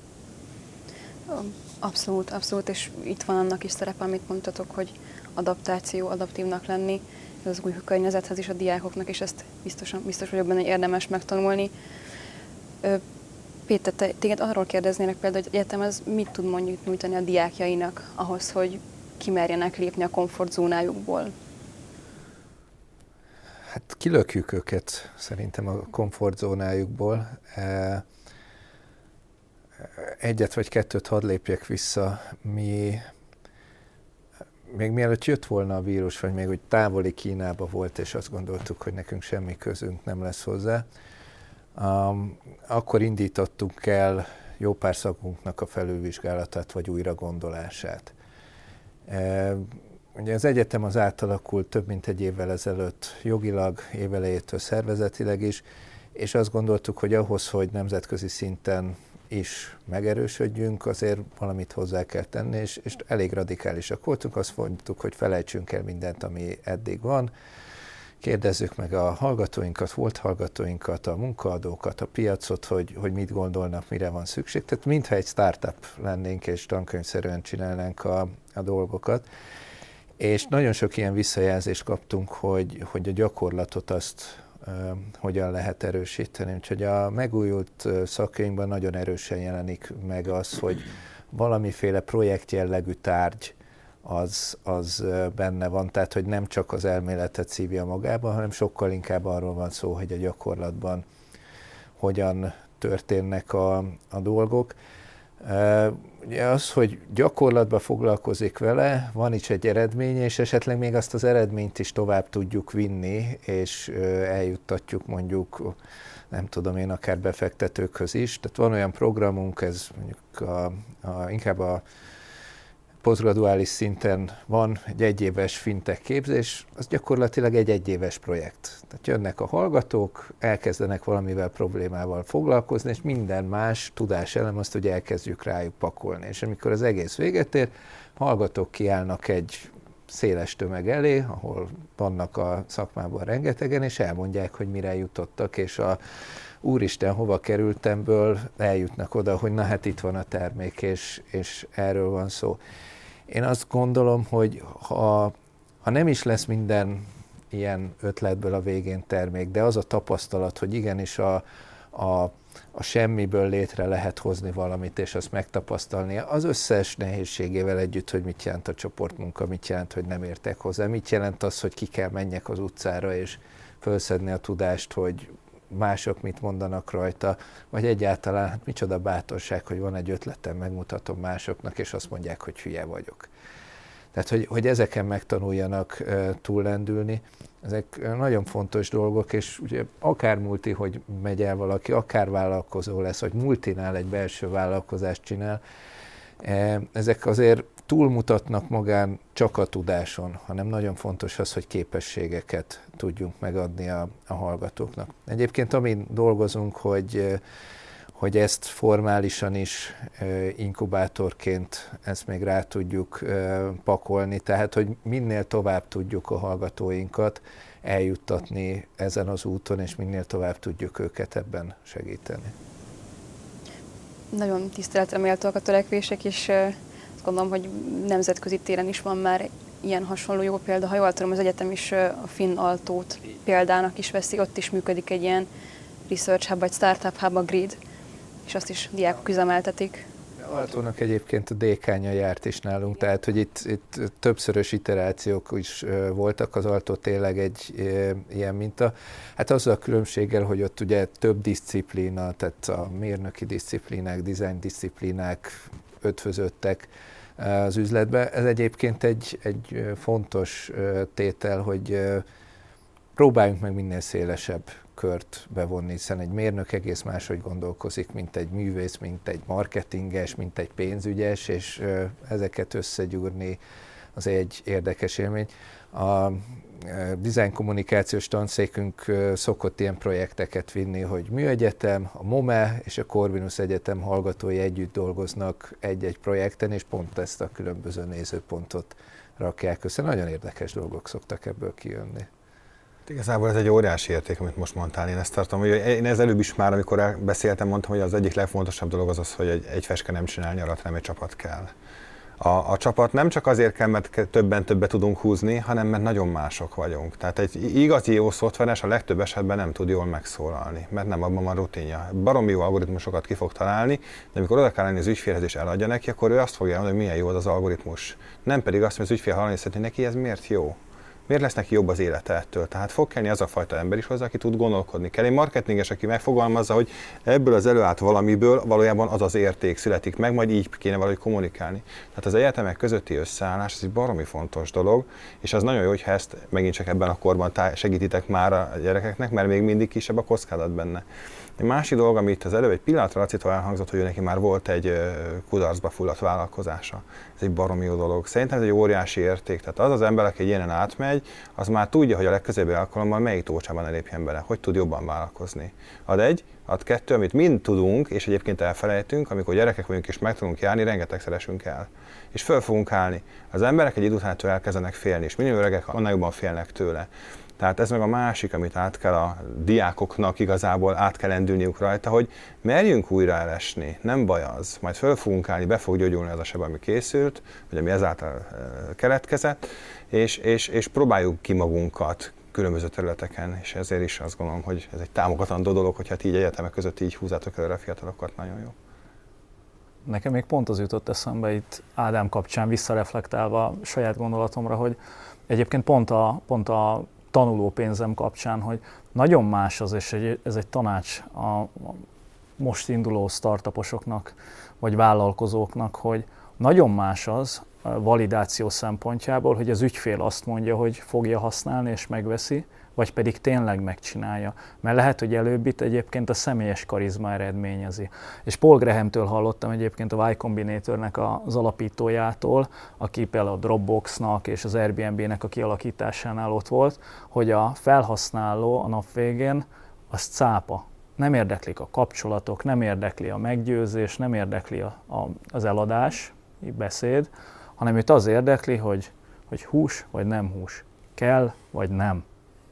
Abszolút, abszolút, és itt van annak is szerepe, amit mondtatok, hogy adaptáció, adaptívnak lenni, ez az új környezethez is, a diákoknak, és ezt biztosan, biztos vagyok benne, hogy érdemes megtanulni. Péter, te, téged arról kérdeznének például, hogy egyetem ez mit tud mondjuk nyújtani a diákjainak ahhoz, hogy kimerjenek lépni a komfortzónájukból? Hát kilökjük őket szerintem a komfortzónájukból. Egyet vagy kettőt hadd lépjek vissza. Mi még mielőtt jött volna a vírus, vagy még úgy távoli Kínába volt, és azt gondoltuk, hogy nekünk semmi közünk nem lesz hozzá, um, akkor indítottunk el jó pár szakunknak a felülvizsgálatát, vagy újra gondolását. E, ugye az egyetem az átalakult több mint egy évvel ezelőtt jogilag, évelejétől szervezetileg is, és azt gondoltuk, hogy ahhoz, hogy nemzetközi szinten is megerősödjünk, azért valamit hozzá kell tenni, és, és elég radikálisak voltunk, azt mondtuk, hogy felejtsünk el mindent, ami eddig van, kérdezzük meg a hallgatóinkat, volt hallgatóinkat, a munkaadókat, a piacot, hogy, hogy mit gondolnak, mire van szükség. Tehát mintha egy startup lennénk, és tankönyvszerűen csinálnánk a, a dolgokat. És nagyon sok ilyen visszajelzést kaptunk, hogy, hogy a gyakorlatot azt hogyan lehet erősíteni. Úgyhogy a megújult szakkönyvben nagyon erősen jelenik meg az, hogy valamiféle projektjellegű tárgy az, az benne van, tehát hogy nem csak az elméletet szívja magába, hanem sokkal inkább arról van szó, hogy a gyakorlatban hogyan történnek a, a dolgok. Ugye az, hogy gyakorlatban foglalkozik vele, van is egy eredmény, és esetleg még azt az eredményt is tovább tudjuk vinni, és eljuttatjuk mondjuk, nem tudom én, akár befektetőkhöz is. Tehát van olyan programunk, ez mondjuk a, a, inkább a posztgraduális szinten van egy egyéves fintech képzés, az gyakorlatilag egy egyéves projekt. Tehát jönnek a hallgatók, elkezdenek valamivel problémával foglalkozni, és minden más tudáselem azt, hogy elkezdjük rájuk pakolni. És amikor az egész véget ér, hallgatók kiállnak egy széles tömeg elé, ahol vannak a szakmában rengetegen, és elmondják, hogy mire jutottak, és a úristen, hova kerültemből eljutnak oda, hogy na hát itt van a termék, és, és erről van szó. Én azt gondolom, hogy ha, ha nem is lesz minden ilyen ötletből a végén termék, de az a tapasztalat, hogy igenis a, a, a semmiből létre lehet hozni valamit, és azt megtapasztalni, az összes nehézségével együtt, hogy mit jelent a csoportmunka, mit jelent, hogy nem értek hozzá, mit jelent az, hogy ki kell menjek az utcára, és fölszedni a tudást, hogy mások mit mondanak rajta, vagy egyáltalán, hát micsoda bátorság, hogy van egy ötletem, megmutatom másoknak, és azt mondják, hogy hülye vagyok. Tehát, hogy, hogy ezeken megtanuljanak túllendülni, ezek nagyon fontos dolgok, és ugye akár multi, hogy megy el valaki, akár vállalkozó lesz, vagy multinál egy belső vállalkozást csinál, ezek azért túlmutatnak magán csak a tudáson, hanem nagyon fontos az, hogy képességeket tudjunk megadni a, a hallgatóknak. Egyébként amin dolgozunk, hogy, hogy ezt formálisan is inkubátorként ezt még rá tudjuk pakolni, tehát hogy minél tovább tudjuk a hallgatóinkat eljuttatni ezen az úton, és minél tovább tudjuk őket ebben segíteni. Nagyon tiszteletre méltóak a törekvések, és azt gondolom, hogy nemzetközi téren is van már ilyen hasonló jó példa. Ha jól tudom, az egyetem is a Finn Altót példának is veszi, ott is működik egy ilyen research hub, vagy startup hub, a Grid, és azt is diákok üzemeltetik. Altónak egyébként a dékánya járt is nálunk, tehát hogy itt, itt többszörös iterációk is voltak, az Altó tényleg egy ilyen minta. Hát azzal a különbséggel, hogy ott ugye több diszciplína, tehát a mérnöki diszciplínák, design diszciplínák ötvözöttek az üzletbe. Ez egyébként egy, egy fontos tétel, hogy próbáljunk meg minél szélesebb kört bevonni, hiszen egy mérnök egész máshogy gondolkozik, mint egy művész, mint egy marketinges, mint egy pénzügyes, és ezeket összegyúrni az egy érdekes élmény. A design kommunikációs tanszékünk szokott ilyen projekteket vinni, hogy Műegyetem, a MOME és a Corvinus Egyetem hallgatói együtt dolgoznak egy-egy projekten, és pont ezt a különböző nézőpontot rakják össze. Nagyon érdekes dolgok szoktak ebből kijönni. Igazából ez egy óriási érték, amit most mondtál. Én ezt tartom, hogy én ez előbb is már, amikor beszéltem, mondtam, hogy az egyik legfontosabb dolog az az, hogy egy, egy feske nem csinál nyarat, hanem egy csapat kell. A, a csapat nem csak azért kell, mert többen többet tudunk húzni, hanem mert nagyon mások vagyunk. Tehát egy igazi jó szoftveres a legtöbb esetben nem tud jól megszólalni, mert nem abban van rutinja. Baromi jó algoritmusokat ki fog találni, de amikor oda kell lenni az ügyfélhez és eladja neki, akkor ő azt fogja mondani, hogy milyen jó az az algoritmus. Nem pedig azt, hogy az ügyfél hallani szeretné, hogy neki ez miért jó. Miért lesz neki jobb az élete ettől? Tehát fog kellni az a fajta ember is hozzá, aki tud gondolkodni. Kell egy marketinges, aki megfogalmazza, hogy ebből az előállt valamiből valójában az az érték születik meg, majd így kéne valahogy kommunikálni. Tehát az egyetemek közötti összeállás, ez egy baromi fontos dolog, és az nagyon jó, hogyha ezt megint csak ebben a korban segítitek már a gyerekeknek, mert még mindig kisebb a kockázat benne. Egy másik dolog, amit az előbb egy pillanatra Lacitól elhangzott, hogy neki már volt egy kudarcba fulladt vállalkozása. Ez egy baromi jó dolog. Szerintem ez egy óriási érték. Tehát az az ember, aki egy ilyenen átmegy, az már tudja, hogy a legközelebbi alkalommal melyik tócsában ne lépjen bele, hogy tud jobban vállalkozni. Ad egy, ad kettő, amit mind tudunk, és egyébként elfelejtünk, amikor gyerekek vagyunk és meg tudunk járni, rengetegszer esünk el. És föl fogunk állni. Az emberek egy idő után elkezdenek félni, és minél öregek, annál jobban félnek tőle. Tehát ez meg a másik, amit át kell a diákoknak igazából át kell lendülniük rajta, hogy merjünk újra elesni, nem baj az, majd föl fogunk állni, be fog gyógyulni az a seb, ami készült, vagy ami ezáltal keletkezett, és, és, és próbáljuk ki magunkat különböző területeken, és ezért is azt gondolom, hogy ez egy támogatandó dolog, hogy hát így egyetemek között így húzátok előre a fiatalokat, nagyon jó. Nekem még pont az jutott eszembe itt Ádám kapcsán visszareflektálva a saját gondolatomra, hogy egyébként pont a, pont a tanulópénzem kapcsán, hogy nagyon más az, és egy, ez egy tanács a most induló startuposoknak, vagy vállalkozóknak, hogy nagyon más az a validáció szempontjából, hogy az ügyfél azt mondja, hogy fogja használni és megveszi, vagy pedig tényleg megcsinálja. Mert lehet, hogy előbb itt egyébként a személyes karizma eredményezi. És Paul Grahamtől hallottam egyébként a Y Combinatornek az alapítójától, aki például a Dropboxnak és az Airbnb-nek a kialakításánál ott volt, hogy a felhasználó a nap végén az cápa. Nem érdeklik a kapcsolatok, nem érdekli a meggyőzés, nem érdekli a, a, az eladás, beszéd, hanem őt az érdekli, hogy, hogy hús vagy nem hús, kell vagy nem.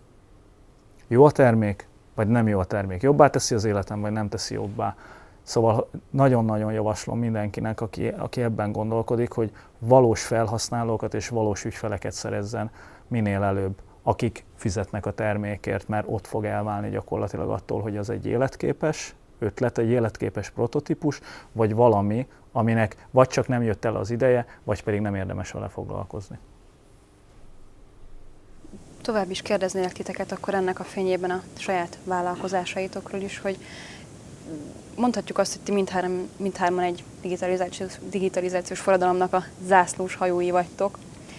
Jó a termék, vagy nem jó a termék. Jobbá teszi az életem, vagy nem teszi jobbá. Szóval nagyon-nagyon javaslom mindenkinek, aki, aki ebben gondolkodik, hogy valós felhasználókat és valós ügyfeleket szerezzen minél előbb, akik fizetnek a termékért, mert ott fog elválni gyakorlatilag attól, hogy az egy életképes ötlet, egy életképes prototípus, vagy valami, aminek vagy csak nem jött el az ideje, vagy pedig nem érdemes vele foglalkozni. Tovább is kérdeznélek titeket akkor ennek a fényében a saját vállalkozásaitokról is, hogy mondhatjuk azt, hogy ti mindhárom, mindhárman egy digitalizációs, digitalizációs forradalomnak a zászlós hajói vagytok.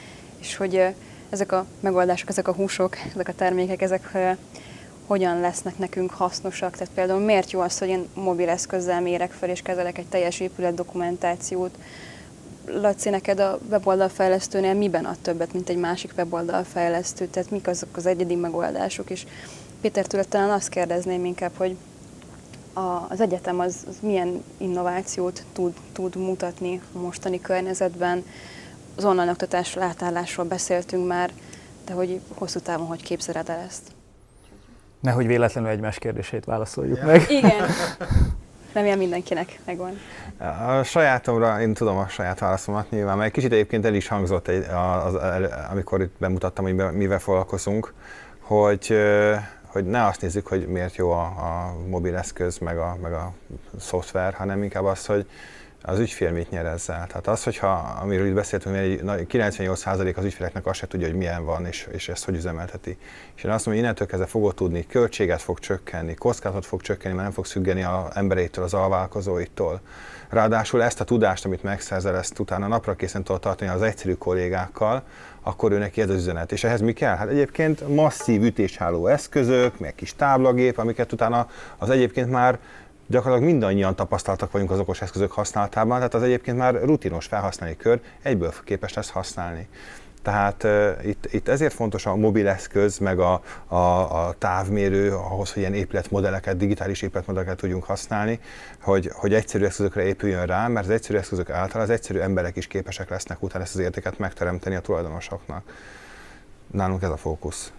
és hogy ezek a megoldások, ezek a húsok, ezek a termékek, ezek hogyan lesznek nekünk hasznosak. Tehát például miért jó az, hogy én mobileszközzel mérek fel és kezelek egy teljes épület dokumentációt. Laci, neked a weboldalfejlesztőnél miben ad többet, mint egy másik weboldalfejlesztő? Tehát mik azok az egyedi megoldások? És Pétertől talán azt kérdezném inkább, hogy az egyetem az, az milyen innovációt tud, tud mutatni a mostani környezetben. Az online oktatásról, átállásról beszéltünk már, de hogy hosszú távon hogy képzeled el ezt? Nehogy véletlenül egymás kérdését válaszoljuk ja. meg. Igen. Remélem mindenkinek megvan. A sajátomra, én tudom a saját válaszomat nyilván, mert egy kicsit egyébként el is hangzott, egy, az, az, amikor itt bemutattam, hogy mivel foglalkozunk, hogy, hogy ne azt nézzük, hogy miért jó a, a mobileszköz, meg a, meg a szoftver, hanem inkább az, hogy az ügyfél mit nyer ezzel. Tehát az, hogyha, amiről itt beszéltünk, hogy kilencvennyolc százalék az ügyféleknek azt se tudja, hogy milyen van, és, és ezt hogy üzemelteti. És én azt mondom, hogy innentől kezdve fogod tudni, költséget fog csökkenni, kockázatot fog csökkenni, mert nem fogsz függeni az embereitől, az alvállalkozóitól. Ráadásul ezt a tudást, amit megszerzel, ezt utána napra készen tudod tartani az egyszerű kollégákkal, akkor ő neki ez az üzenet. És ehhez mi kell? Hát egyébként masszív ütésháló eszközök, meg kis táblagép, amiket utána az egyébként már gyakorlatilag mindannyian tapasztaltak vagyunk az okos eszközök használatában, tehát az egyébként már rutinos felhasználói kör egyből képes lesz használni. Tehát uh, itt, itt ezért fontos a mobileszköz, meg a, a, a távmérő, ahhoz, hogy ilyen épületmodelleket, digitális épületmodelleket tudjunk használni, hogy, hogy egyszerű eszközökre épüljön rá, mert az egyszerű eszközök által az egyszerű emberek is képesek lesznek utána ezt az értéket megteremteni a tulajdonosoknak. Nálunk ez a fókusz.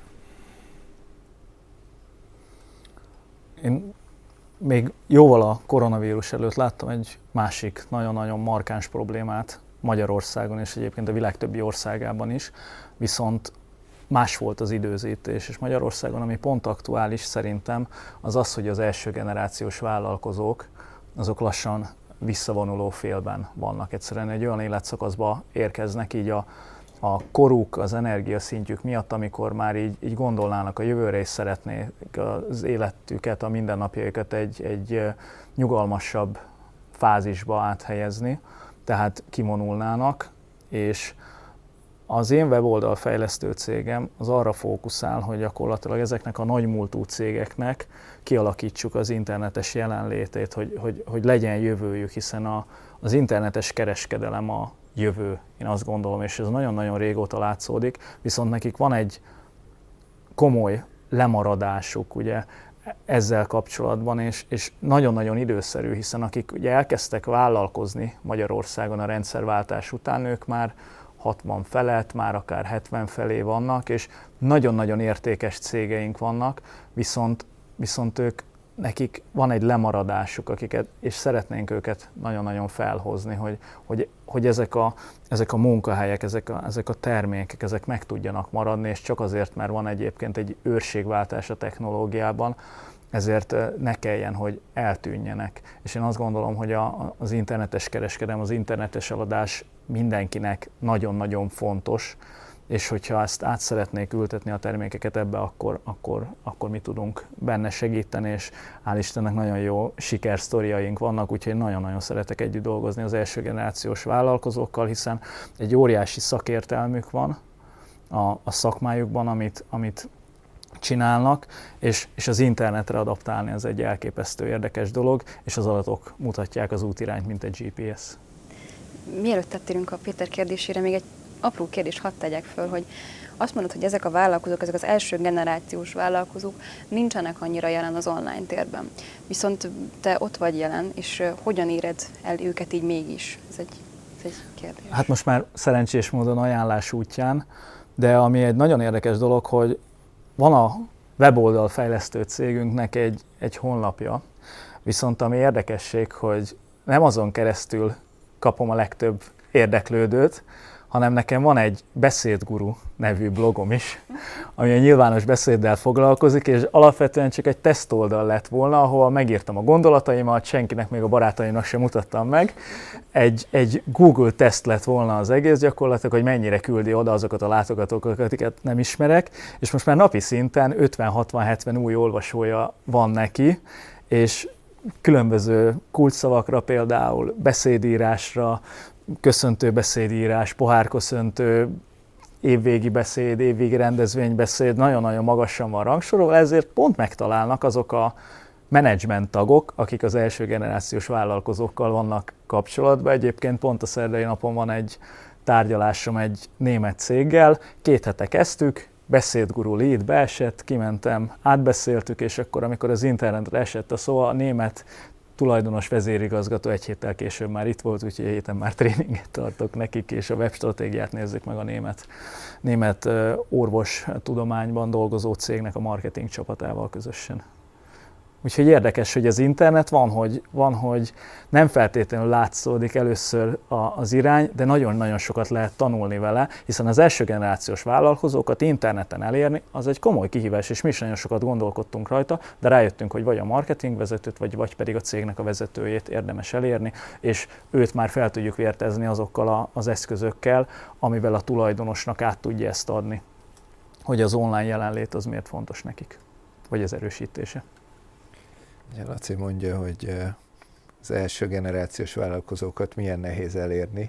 Én még jóval a koronavírus előtt láttam egy másik nagyon-nagyon markáns problémát Magyarországon és egyébként a világ többi országában is, viszont más volt az időzítés, és Magyarországon, ami pont aktuális szerintem, az az, hogy az első generációs vállalkozók, azok lassan visszavonuló félben vannak. Egyszerűen egy olyan életszakaszba érkeznek így a, a koruk, az energiaszintjük miatt, amikor már így, így gondolnának a jövőre, és szeretnék az életüket, a mindennapjaikat egy, egy nyugalmasabb fázisba áthelyezni, tehát kimonulnának, és az én weboldal fejlesztő cégem az arra fókuszál, hogy gyakorlatilag ezeknek a nagymúltú cégeknek kialakítsuk az internetes jelenlétét, hogy, hogy, hogy legyen jövőjük, hiszen a, az internetes kereskedelem a jövő, én azt gondolom, és ez nagyon-nagyon régóta látszódik, viszont nekik van egy komoly lemaradásuk ugye ezzel kapcsolatban, és, és nagyon-nagyon időszerű, hiszen akik ugye elkezdtek vállalkozni Magyarországon a rendszerváltás után, ők már hatvan felett, már akár hetven felé vannak, és nagyon-nagyon értékes cégeink vannak, viszont, viszont ők, nekik van egy lemaradásuk, akiket, és szeretnénk őket nagyon-nagyon felhozni, hogy, hogy, hogy ezek, a, ezek a munkahelyek, ezek a, ezek a termékek, ezek meg tudjanak maradni, és csak azért, mert van egyébként egy őrségváltás a technológiában, ezért ne kelljen, hogy eltűnjenek. És én azt gondolom, hogy a, az internetes kereskedelem, az internetes eladás mindenkinek nagyon-nagyon fontos, és hogyha ezt át szeretnék ültetni a termékeket ebbe, akkor, akkor, akkor mi tudunk benne segíteni, és hál' Istennek nagyon jó sikersztoriaink vannak, úgyhogy nagyon-nagyon szeretek együtt dolgozni az első generációs vállalkozókkal, hiszen egy óriási szakértelmük van a, a szakmájukban, amit, amit csinálnak, és, és az internetre adaptálni ez egy elképesztő érdekes dolog, és az adatok mutatják az útirányt, mint egy gé pé es. Mielőtt áttérünk a Péter kérdésére, még egy apró kérdést hadd tegyek föl, hogy azt mondod, hogy ezek a vállalkozók, ezek az első generációs vállalkozók nincsenek annyira jelen az online térben. Viszont te ott vagy jelen, és hogyan éred el őket így mégis? Ez egy, ez egy kérdés. Hát most már szerencsés módon ajánlás útján, de ami egy nagyon érdekes dolog, hogy van a weboldal fejlesztő cégünknek egy, egy honlapja, viszont ami érdekesség, hogy nem azon keresztül kapom a legtöbb érdeklődőt, hanem nekem van egy Beszédguru nevű blogom is, ami a nyilvános beszéddel foglalkozik, és alapvetően csak egy tesztoldal lett volna, ahol megírtam a gondolataimat, senkinek, még a barátaimnak sem mutattam meg. Egy, egy Google teszt lett volna az egész gyakorlatilag, hogy mennyire küldi oda azokat a látogatókat, akiket nem ismerek, és most már napi szinten ötven hatvan hetven új olvasója van neki, és különböző kulcsszavakra, például beszédírásra, köszöntő beszédírás, pohárköszöntő, évvégi beszéd, évvégi rendezvénybeszéd nagyon-nagyon magasan van rangsorolva, ezért pont megtalálnak azok a menedzsment tagok, akik az első generációs vállalkozókkal vannak kapcsolatban. Egyébként pont a szerdai napon van egy tárgyalásom egy német céggel, két hete kezdtük, beszédguru lead beesett, kimentem, átbeszéltük, és akkor, amikor az internetre esett a szó, a német tulajdonos vezérigazgató egy héttel később már itt volt, úgyhogy héten már tréninget tartok nekik, és a webstratégiát nézzük meg a német, német orvos tudományban dolgozó cégnek a marketing csapatával közösen. Úgyhogy érdekes, hogy az internet van, hogy, van, hogy nem feltétlenül látszódik először a, az irány, de nagyon-nagyon sokat lehet tanulni vele, hiszen az első generációs vállalkozókat interneten elérni, az egy komoly kihívás, és mi is nagyon sokat gondolkodtunk rajta, de rájöttünk, hogy vagy a marketingvezetőt, vagy, vagy pedig a cégnek a vezetőjét érdemes elérni, és őt már fel tudjuk vértezni azokkal a, az eszközökkel, amivel a tulajdonosnak át tudja ezt adni, hogy az online jelenlét az miért fontos nekik, vagy az erősítése. Laci mondja, hogy az első generációs vállalkozókat milyen nehéz elérni.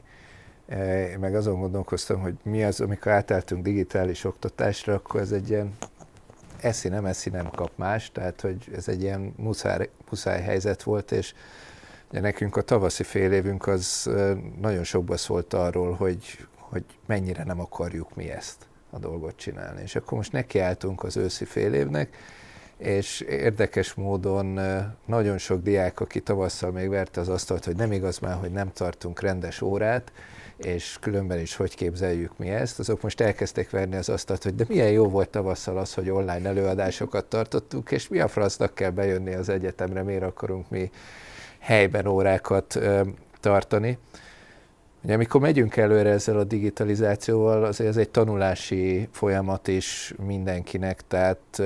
Én meg azon gondolkoztam, hogy mi az, amikor átálltunk digitális oktatásra, akkor ez egy ilyen eszi nem eszi nem kap más, tehát hogy ez egy ilyen muszáj, muszáj helyzet volt, és ugye nekünk a tavaszi fél évünk az nagyon sokba szólt arról, hogy, hogy mennyire nem akarjuk mi ezt a dolgot csinálni. És akkor most nekiálltunk az őszi fél évnek, és érdekes módon nagyon sok diák, aki tavasszal még verte az asztalt, hogy nem igaz már, hogy nem tartunk rendes órát, és különben is hogy képzeljük mi ezt, azok most elkezdték verni az asztalt, hogy de milyen jó volt tavasszal az, hogy online előadásokat tartottunk, és mi a francnak kell bejönni az egyetemre, miért akarunk mi helyben órákat tartani. Ugye, amikor megyünk előre ezzel a digitalizációval, azért ez egy tanulási folyamat is mindenkinek, tehát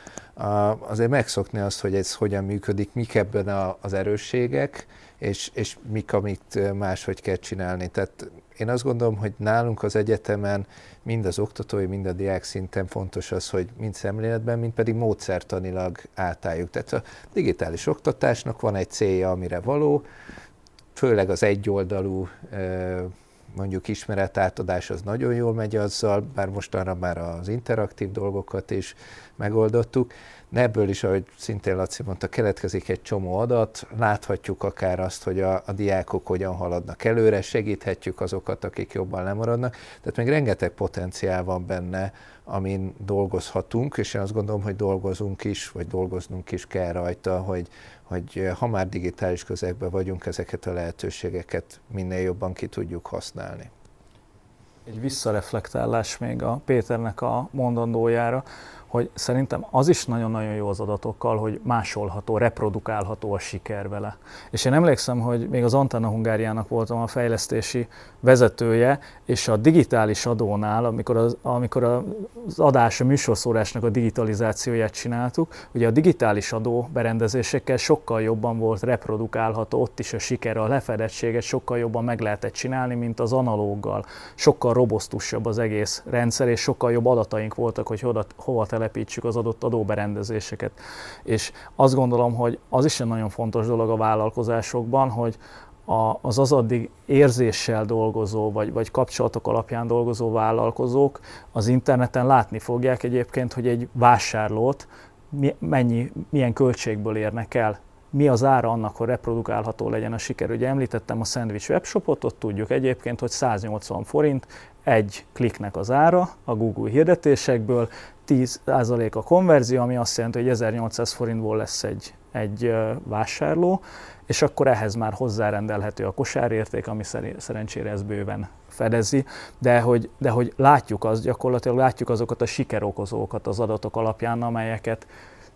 azért megszokni azt, hogy ez hogyan működik, mik ebben az erősségek, és, és mik, amit máshogy kell csinálni. Tehát én azt gondolom, hogy nálunk az egyetemen mind az oktatói, mind a diák szinten fontos az, hogy mind szemléletben, mind pedig módszertanilag átálljuk. Tehát a digitális oktatásnak van egy célja, amire való, főleg az egyoldalú mondjuk ismeretátadás az nagyon jól megy azzal, bár mostanra már az interaktív dolgokat is megoldottuk, de ebből is, ahogy szintén Laci mondta, keletkezik egy csomó adat, láthatjuk akár azt, hogy a, a diákok hogyan haladnak előre, segíthetjük azokat, akik jobban lemaradnak, tehát még rengeteg potenciál van benne, amin dolgozhatunk, és én azt gondolom, hogy dolgozunk is, vagy dolgoznunk is kell rajta, hogy, hogy ha már digitális közegben vagyunk, ezeket a lehetőségeket minél jobban ki tudjuk használni. Egy visszareflektálás még a Péternek a mondandójára, hogy szerintem az is nagyon-nagyon jó az adatokkal, hogy másolható, reprodukálható a siker vele. És én emlékszem, hogy még az Antenna Hungáriának voltam a fejlesztési vezetője, és a digitális adónál, amikor az, amikor az adás, a műsorszórásnak a digitalizációját csináltuk, ugye a digitális adó berendezésekkel sokkal jobban volt reprodukálható, ott is a siker, a lefedettséget sokkal jobban meg lehetett csinálni, mint az analóggal. Sokkal robosztusabb az egész rendszer, és sokkal jobb adataink voltak, hogy hova, hova telepítsük az adott adóberendezéseket. És azt gondolom, hogy az is egy nagyon fontos dolog a vállalkozásokban, hogy a, az az addig érzéssel dolgozó, vagy, vagy kapcsolatok alapján dolgozó vállalkozók az interneten látni fogják egyébként, hogy egy vásárlót mi, mennyi, milyen költségből érnek el. Mi az ára annak, hogy reprodukálható legyen a siker. Ugye említettem a Sandwich webshopot, ott tudjuk egyébként, hogy száznyolcvan forint egy kliknek az ára a Google hirdetésekből, tíz százalék a konverzió, ami azt jelenti, hogy ezernyolcszáz forintból lesz egy, egy vásárló, és akkor ehhez már hozzárendelhető a kosárérték, ami szerencsére ez bőven fedezi, de hogy, de hogy látjuk azt, gyakorlatilag látjuk azokat a sikerokozókat az adatok alapján, amelyeket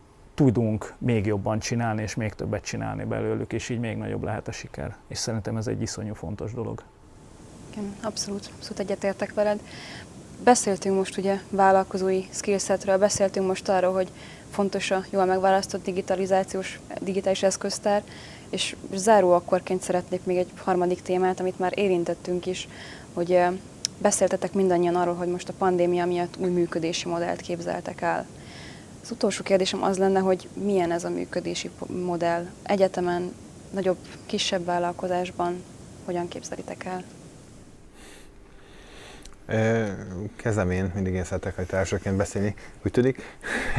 tudunk még jobban csinálni, és még többet csinálni belőlük, és így még nagyobb lehet a siker. És szerintem ez egy iszonyú fontos dolog. Igen, abszolút, abszolút egyetértek veled. Beszéltünk most ugye vállalkozói skillsetről, beszéltünk most arról, hogy fontos a jól megválasztott digitalizációs, digitális eszköztár, és záró akkorként szeretnék még egy harmadik témát, amit már érintettünk is, hogy beszéltetek mindannyian arról, hogy most a pandémia miatt új működési modellt képzeltek el. Az utolsó kérdésem az lenne, hogy milyen ez a működési modell egyetemen, nagyobb, kisebb vállalkozásban, hogyan képzelitek el? Kezdem én, mindig én szeretek, hogy elsőként beszélni, úgy tűnik.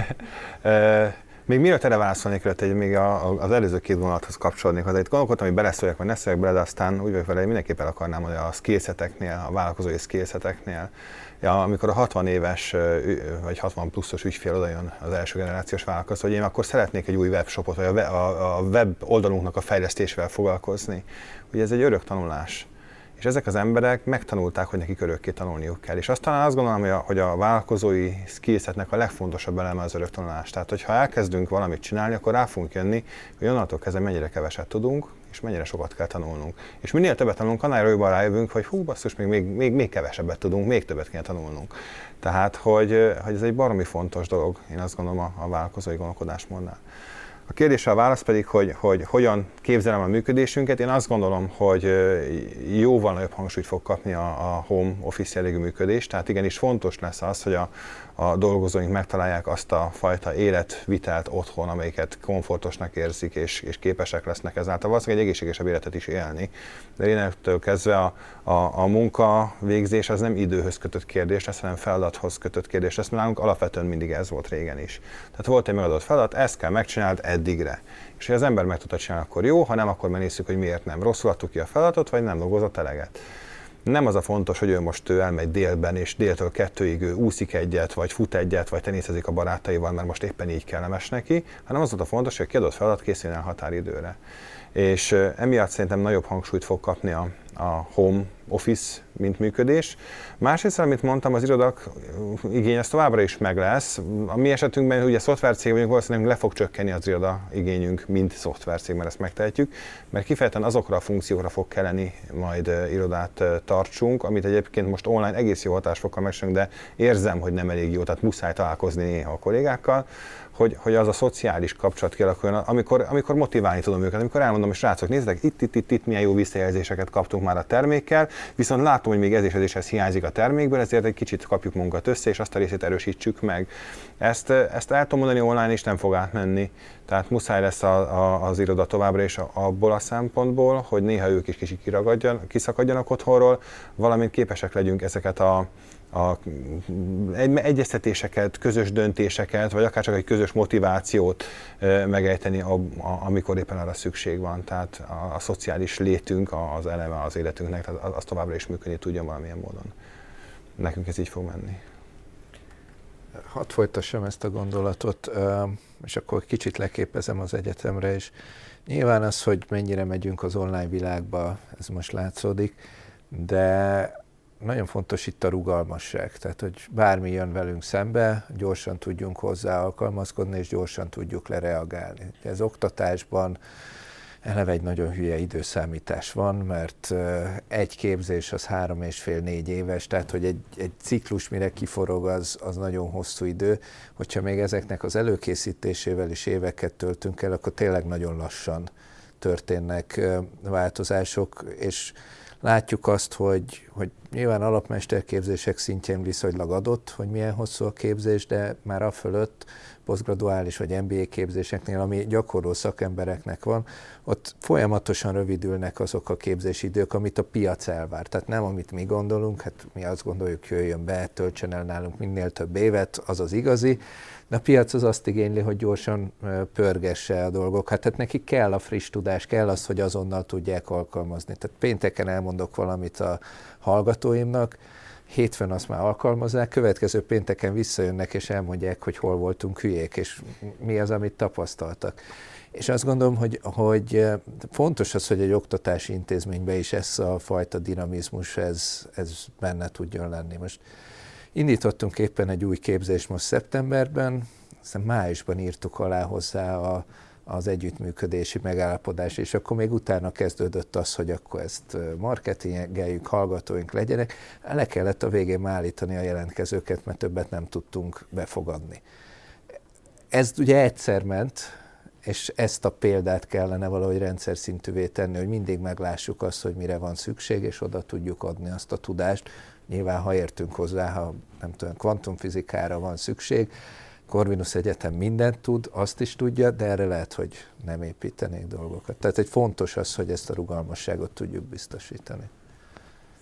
Még mielőtt erre válaszolnék, előtt még az előző két vonalathoz kapcsolódnék. Azért gondolkodtam, hogy beleszóljak, vagy ne szóljak bele, de aztán úgy vagyok vele, hogy mindenképpen akarnám, hogy a skillseteknél, a vállalkozói skillseteknél, ja, amikor a hatvan éves vagy hatvan pluszos ügyfél odajön az első generációs vállalkozó, hogy én akkor szeretnék egy új webshopot, vagy a web oldalunknak a fejlesztésével foglalkozni. Ugye ez egy örök tanulás. És ezek az emberek megtanulták, hogy nekik örökké tanulniuk kell. És azt talán azt gondolom, hogy a, hogy a vállalkozói skillsetnek a legfontosabb eleme az öröktanulás. Tehát, hogyha elkezdünk valamit csinálni, akkor rá fogunk jönni, hogy onnantól kezdve mennyire keveset tudunk, és mennyire sokat kell tanulnunk. És minél többet tanulunk, annál jobban rájövünk, hogy hú, basszus, még, még, még, még kevesebbet tudunk, még többet kell tanulnunk. Tehát, hogy, hogy ez egy baromi fontos dolog, én azt gondolom a, a vállalkozói gondolkodásmódnál. A kérdésre a válasz pedig, hogy, hogy hogyan képzelem a működésünket. Én azt gondolom, hogy jóval nagyobb hangsúlyt fog kapni a, a home office jellegű működés. Tehát igenis fontos lesz az, hogy a, a dolgozóink megtalálják azt a fajta életvitelt otthon, amelyiket komfortosnak érzik és, és képesek lesznek ezáltal valószínűleg egy egészségesebb életet is élni. De innentől kezdve a, a, a munka végzés az nem időhöz kötött kérdés lesz, hanem feladathoz kötött kérdés lesz, mert nálunk alapvetően mindig ez volt régen is. Tehát volt egy megadott feladat, ezt kell megcsináld eddigre. És ha az ember meg tudta csinálni, akkor jó, ha nem, akkor megnézzük, hogy miért nem. Rosszul adtuk ki a feladatot, vagy nem dolgozott eleget. Nem az a fontos, hogy ő most ő elmegy délben, és déltől kettőig ő úszik egyet, vagy fut egyet, vagy teniszezik a barátaival, mert most éppen így kellemes neki, hanem az volt a fontos, hogy a kiadott feladat készüljön el határidőre. És emiatt szerintem nagyobb hangsúlyt fog kapni a, a home office, mint működés. Másrészt, amit mondtam, az irodak igény az továbbra is meg lesz. A mi esetünkben ugye szoftvercég vagyunk, valószínűleg le fog csökkenni az iroda igényünk, mint szoftvercég, mert ezt megtehetjük, mert kifejezetten azokra a funkciókra fog kelleni majd irodát tartsunk, amit egyébként most online egész jó hatásfokkal megcsinálunk, de érzem, hogy nem elég jó, tehát muszáj találkozni néha a kollégákkal, hogy, hogy az a szociális kapcsolat kialakuljon, amikor, amikor motiválni tudom őket, amikor elmondom, hogy srácok, nézzétek, itt, itt, itt, itt milyen jó visszajelzéseket kaptunk már a termékkel, viszont látom, hogy még ez és ez is ez hiányzik a termékből, ezért egy kicsit kapjuk munkat össze, és azt a részét erősítsük meg. Ezt, ezt el tudom mondani online, és nem fog átmenni. Tehát muszáj lesz a, a, az iroda továbbra is abból a szempontból, hogy néha ők is kicsit kiszakadjanak otthonról, valamint képesek legyünk ezeket a a egy, egyeztetéseket, közös döntéseket, vagy akár csak egy közös motivációt e, megejteni, a, a, amikor éppen arra szükség van. Tehát a, a szociális létünk, az eleme az életünknek, tehát az továbbra is működni tudjon valamilyen módon. Nekünk ez így fog menni. Hadd folytassam ezt a gondolatot, és akkor kicsit leképezem az egyetemre is. Nyilván az, hogy mennyire megyünk az online világba, ez most látszódik, de nagyon fontos itt a rugalmasság, tehát hogy bármi jön velünk szembe, gyorsan tudjunk hozzá alkalmazkodni, és gyorsan tudjuk lereagálni. Ez oktatásban eleve egy nagyon hülye időszámítás van, mert egy képzés az három és fél, négy éves, tehát hogy egy, egy ciklus mire kiforog, az, az nagyon hosszú idő. Hogyha még ezeknek az előkészítésével is éveket töltünk el, akkor tényleg nagyon lassan történnek változások, és látjuk azt, hogy, hogy nyilván alapmesterképzések szintjén viszonylag adott, hogy milyen hosszú a képzés, de már afölött posztgraduális vagy em bé á képzéseknél, ami gyakorló szakembereknek van, ott folyamatosan rövidülnek azok a képzési idők, amit a piac elvár. Tehát nem amit mi gondolunk, hát mi azt gondoljuk, jöjjön be, töltsön el nálunk minél több évet, az az igazi, de a piac az azt igényli, hogy gyorsan pörgesse a dolgok. Hát tehát neki kell a friss tudás, kell az, hogy azonnal tudják alkalmazni. Tehát pénteken elmondok valamit a hallgatóimnak, hétfőn azt már alkalmazzák, következő pénteken visszajönnek és elmondják, hogy hol voltunk hülyék, és mi az, amit tapasztaltak. És azt gondolom, hogy, hogy fontos az, hogy egy oktatási intézményben is ez a fajta dinamizmus, ez, ez benne tudjon lenni. Most indítottunk éppen egy új képzést most szeptemberben, aztán májusban írtuk alá hozzá a, az együttműködési megállapodás, és akkor még utána kezdődött az, hogy akkor ezt marketingeljük, hallgatóink legyenek. Le kellett a végén állítani a jelentkezőket, mert többet nem tudtunk befogadni. Ez ugye egyszer ment, és ezt a példát kellene valahogy rendszer szintűvé tenni, hogy mindig meglássuk azt, hogy mire van szükség, és oda tudjuk adni azt a tudást. Nyilván, ha értünk hozzá, ha nem tudom, kvantumfizikára van szükség, Corvinus Egyetem mindent tud, azt is tudja, de erre lehet, hogy nem építenék dolgokat. Tehát egy fontos az, hogy ezt a rugalmasságot tudjuk biztosítani.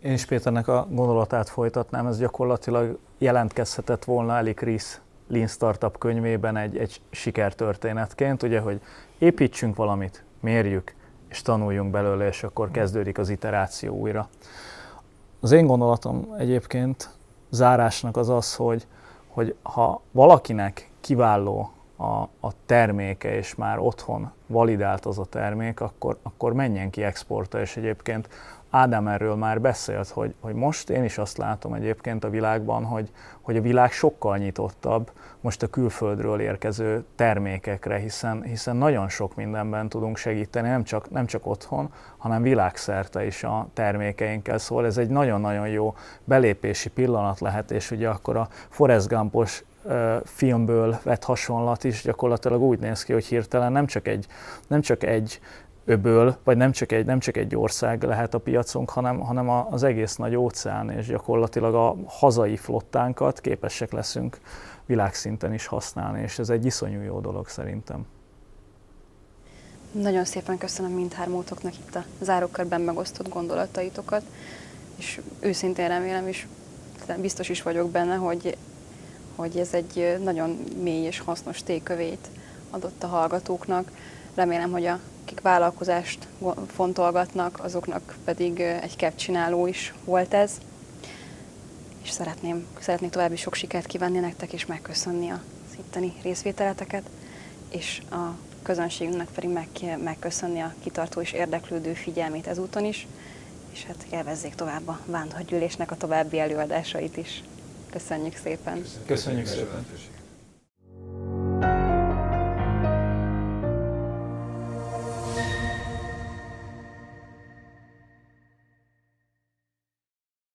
Én is Péternek a gondolatát folytatnám, ez gyakorlatilag jelentkezhetett volna Eli Krisz Lean Startup könyvében egy, egy sikertörténetként, ugye, hogy építsünk valamit, mérjük, és tanuljunk belőle, és akkor kezdődik az iteráció újra. Az én gondolatom egyébként zárásnak az az, hogy, hogy ha valakinek kiváló a, a terméke, és már otthon validált az a termék, akkor, akkor menjen ki exportra, és egyébként Ádám erről már beszélt, hogy, hogy most én is azt látom egyébként a világban, hogy, hogy a világ sokkal nyitottabb most a külföldről érkező termékekre, hiszen, hiszen nagyon sok mindenben tudunk segíteni, nem csak, nem csak otthon, hanem világszerte is a termékeinkkel. Szóval ez egy nagyon-nagyon jó belépési pillanat lehet, és ugye akkor a Forrest Gumpos uh, filmből vett hasonlat is gyakorlatilag úgy néz ki, hogy hirtelen nem csak egy, nem csak egy öböl, vagy nem csak, egy, nem csak egy ország lehet a piacunk, hanem, hanem az egész nagy óceán, és gyakorlatilag a hazai flottánkat képesek leszünk világszinten is használni, és ez egy iszonyú jó dolog szerintem. Nagyon szépen köszönöm mindhármótoknak itt a zárókörben megosztott gondolataitokat, és őszintén remélem, és biztos is vagyok benne, hogy, hogy ez egy nagyon mély és hasznos tékövét adott a hallgatóknak. Remélem, hogy a akik vállalkozást fontolgatnak, azoknak pedig egy keppcsináló is volt ez. És szeretném, szeretnék további sok sikert kívánni nektek, és megköszönni az itteni részvételeteket, és a közönségünknek pedig meg, megköszönni a kitartó és érdeklődő figyelmét ezúton is, és hát élvezzék tovább a Vándorgyűlésnek a további előadásait is. Köszönjük szépen! Köszönjük szépen!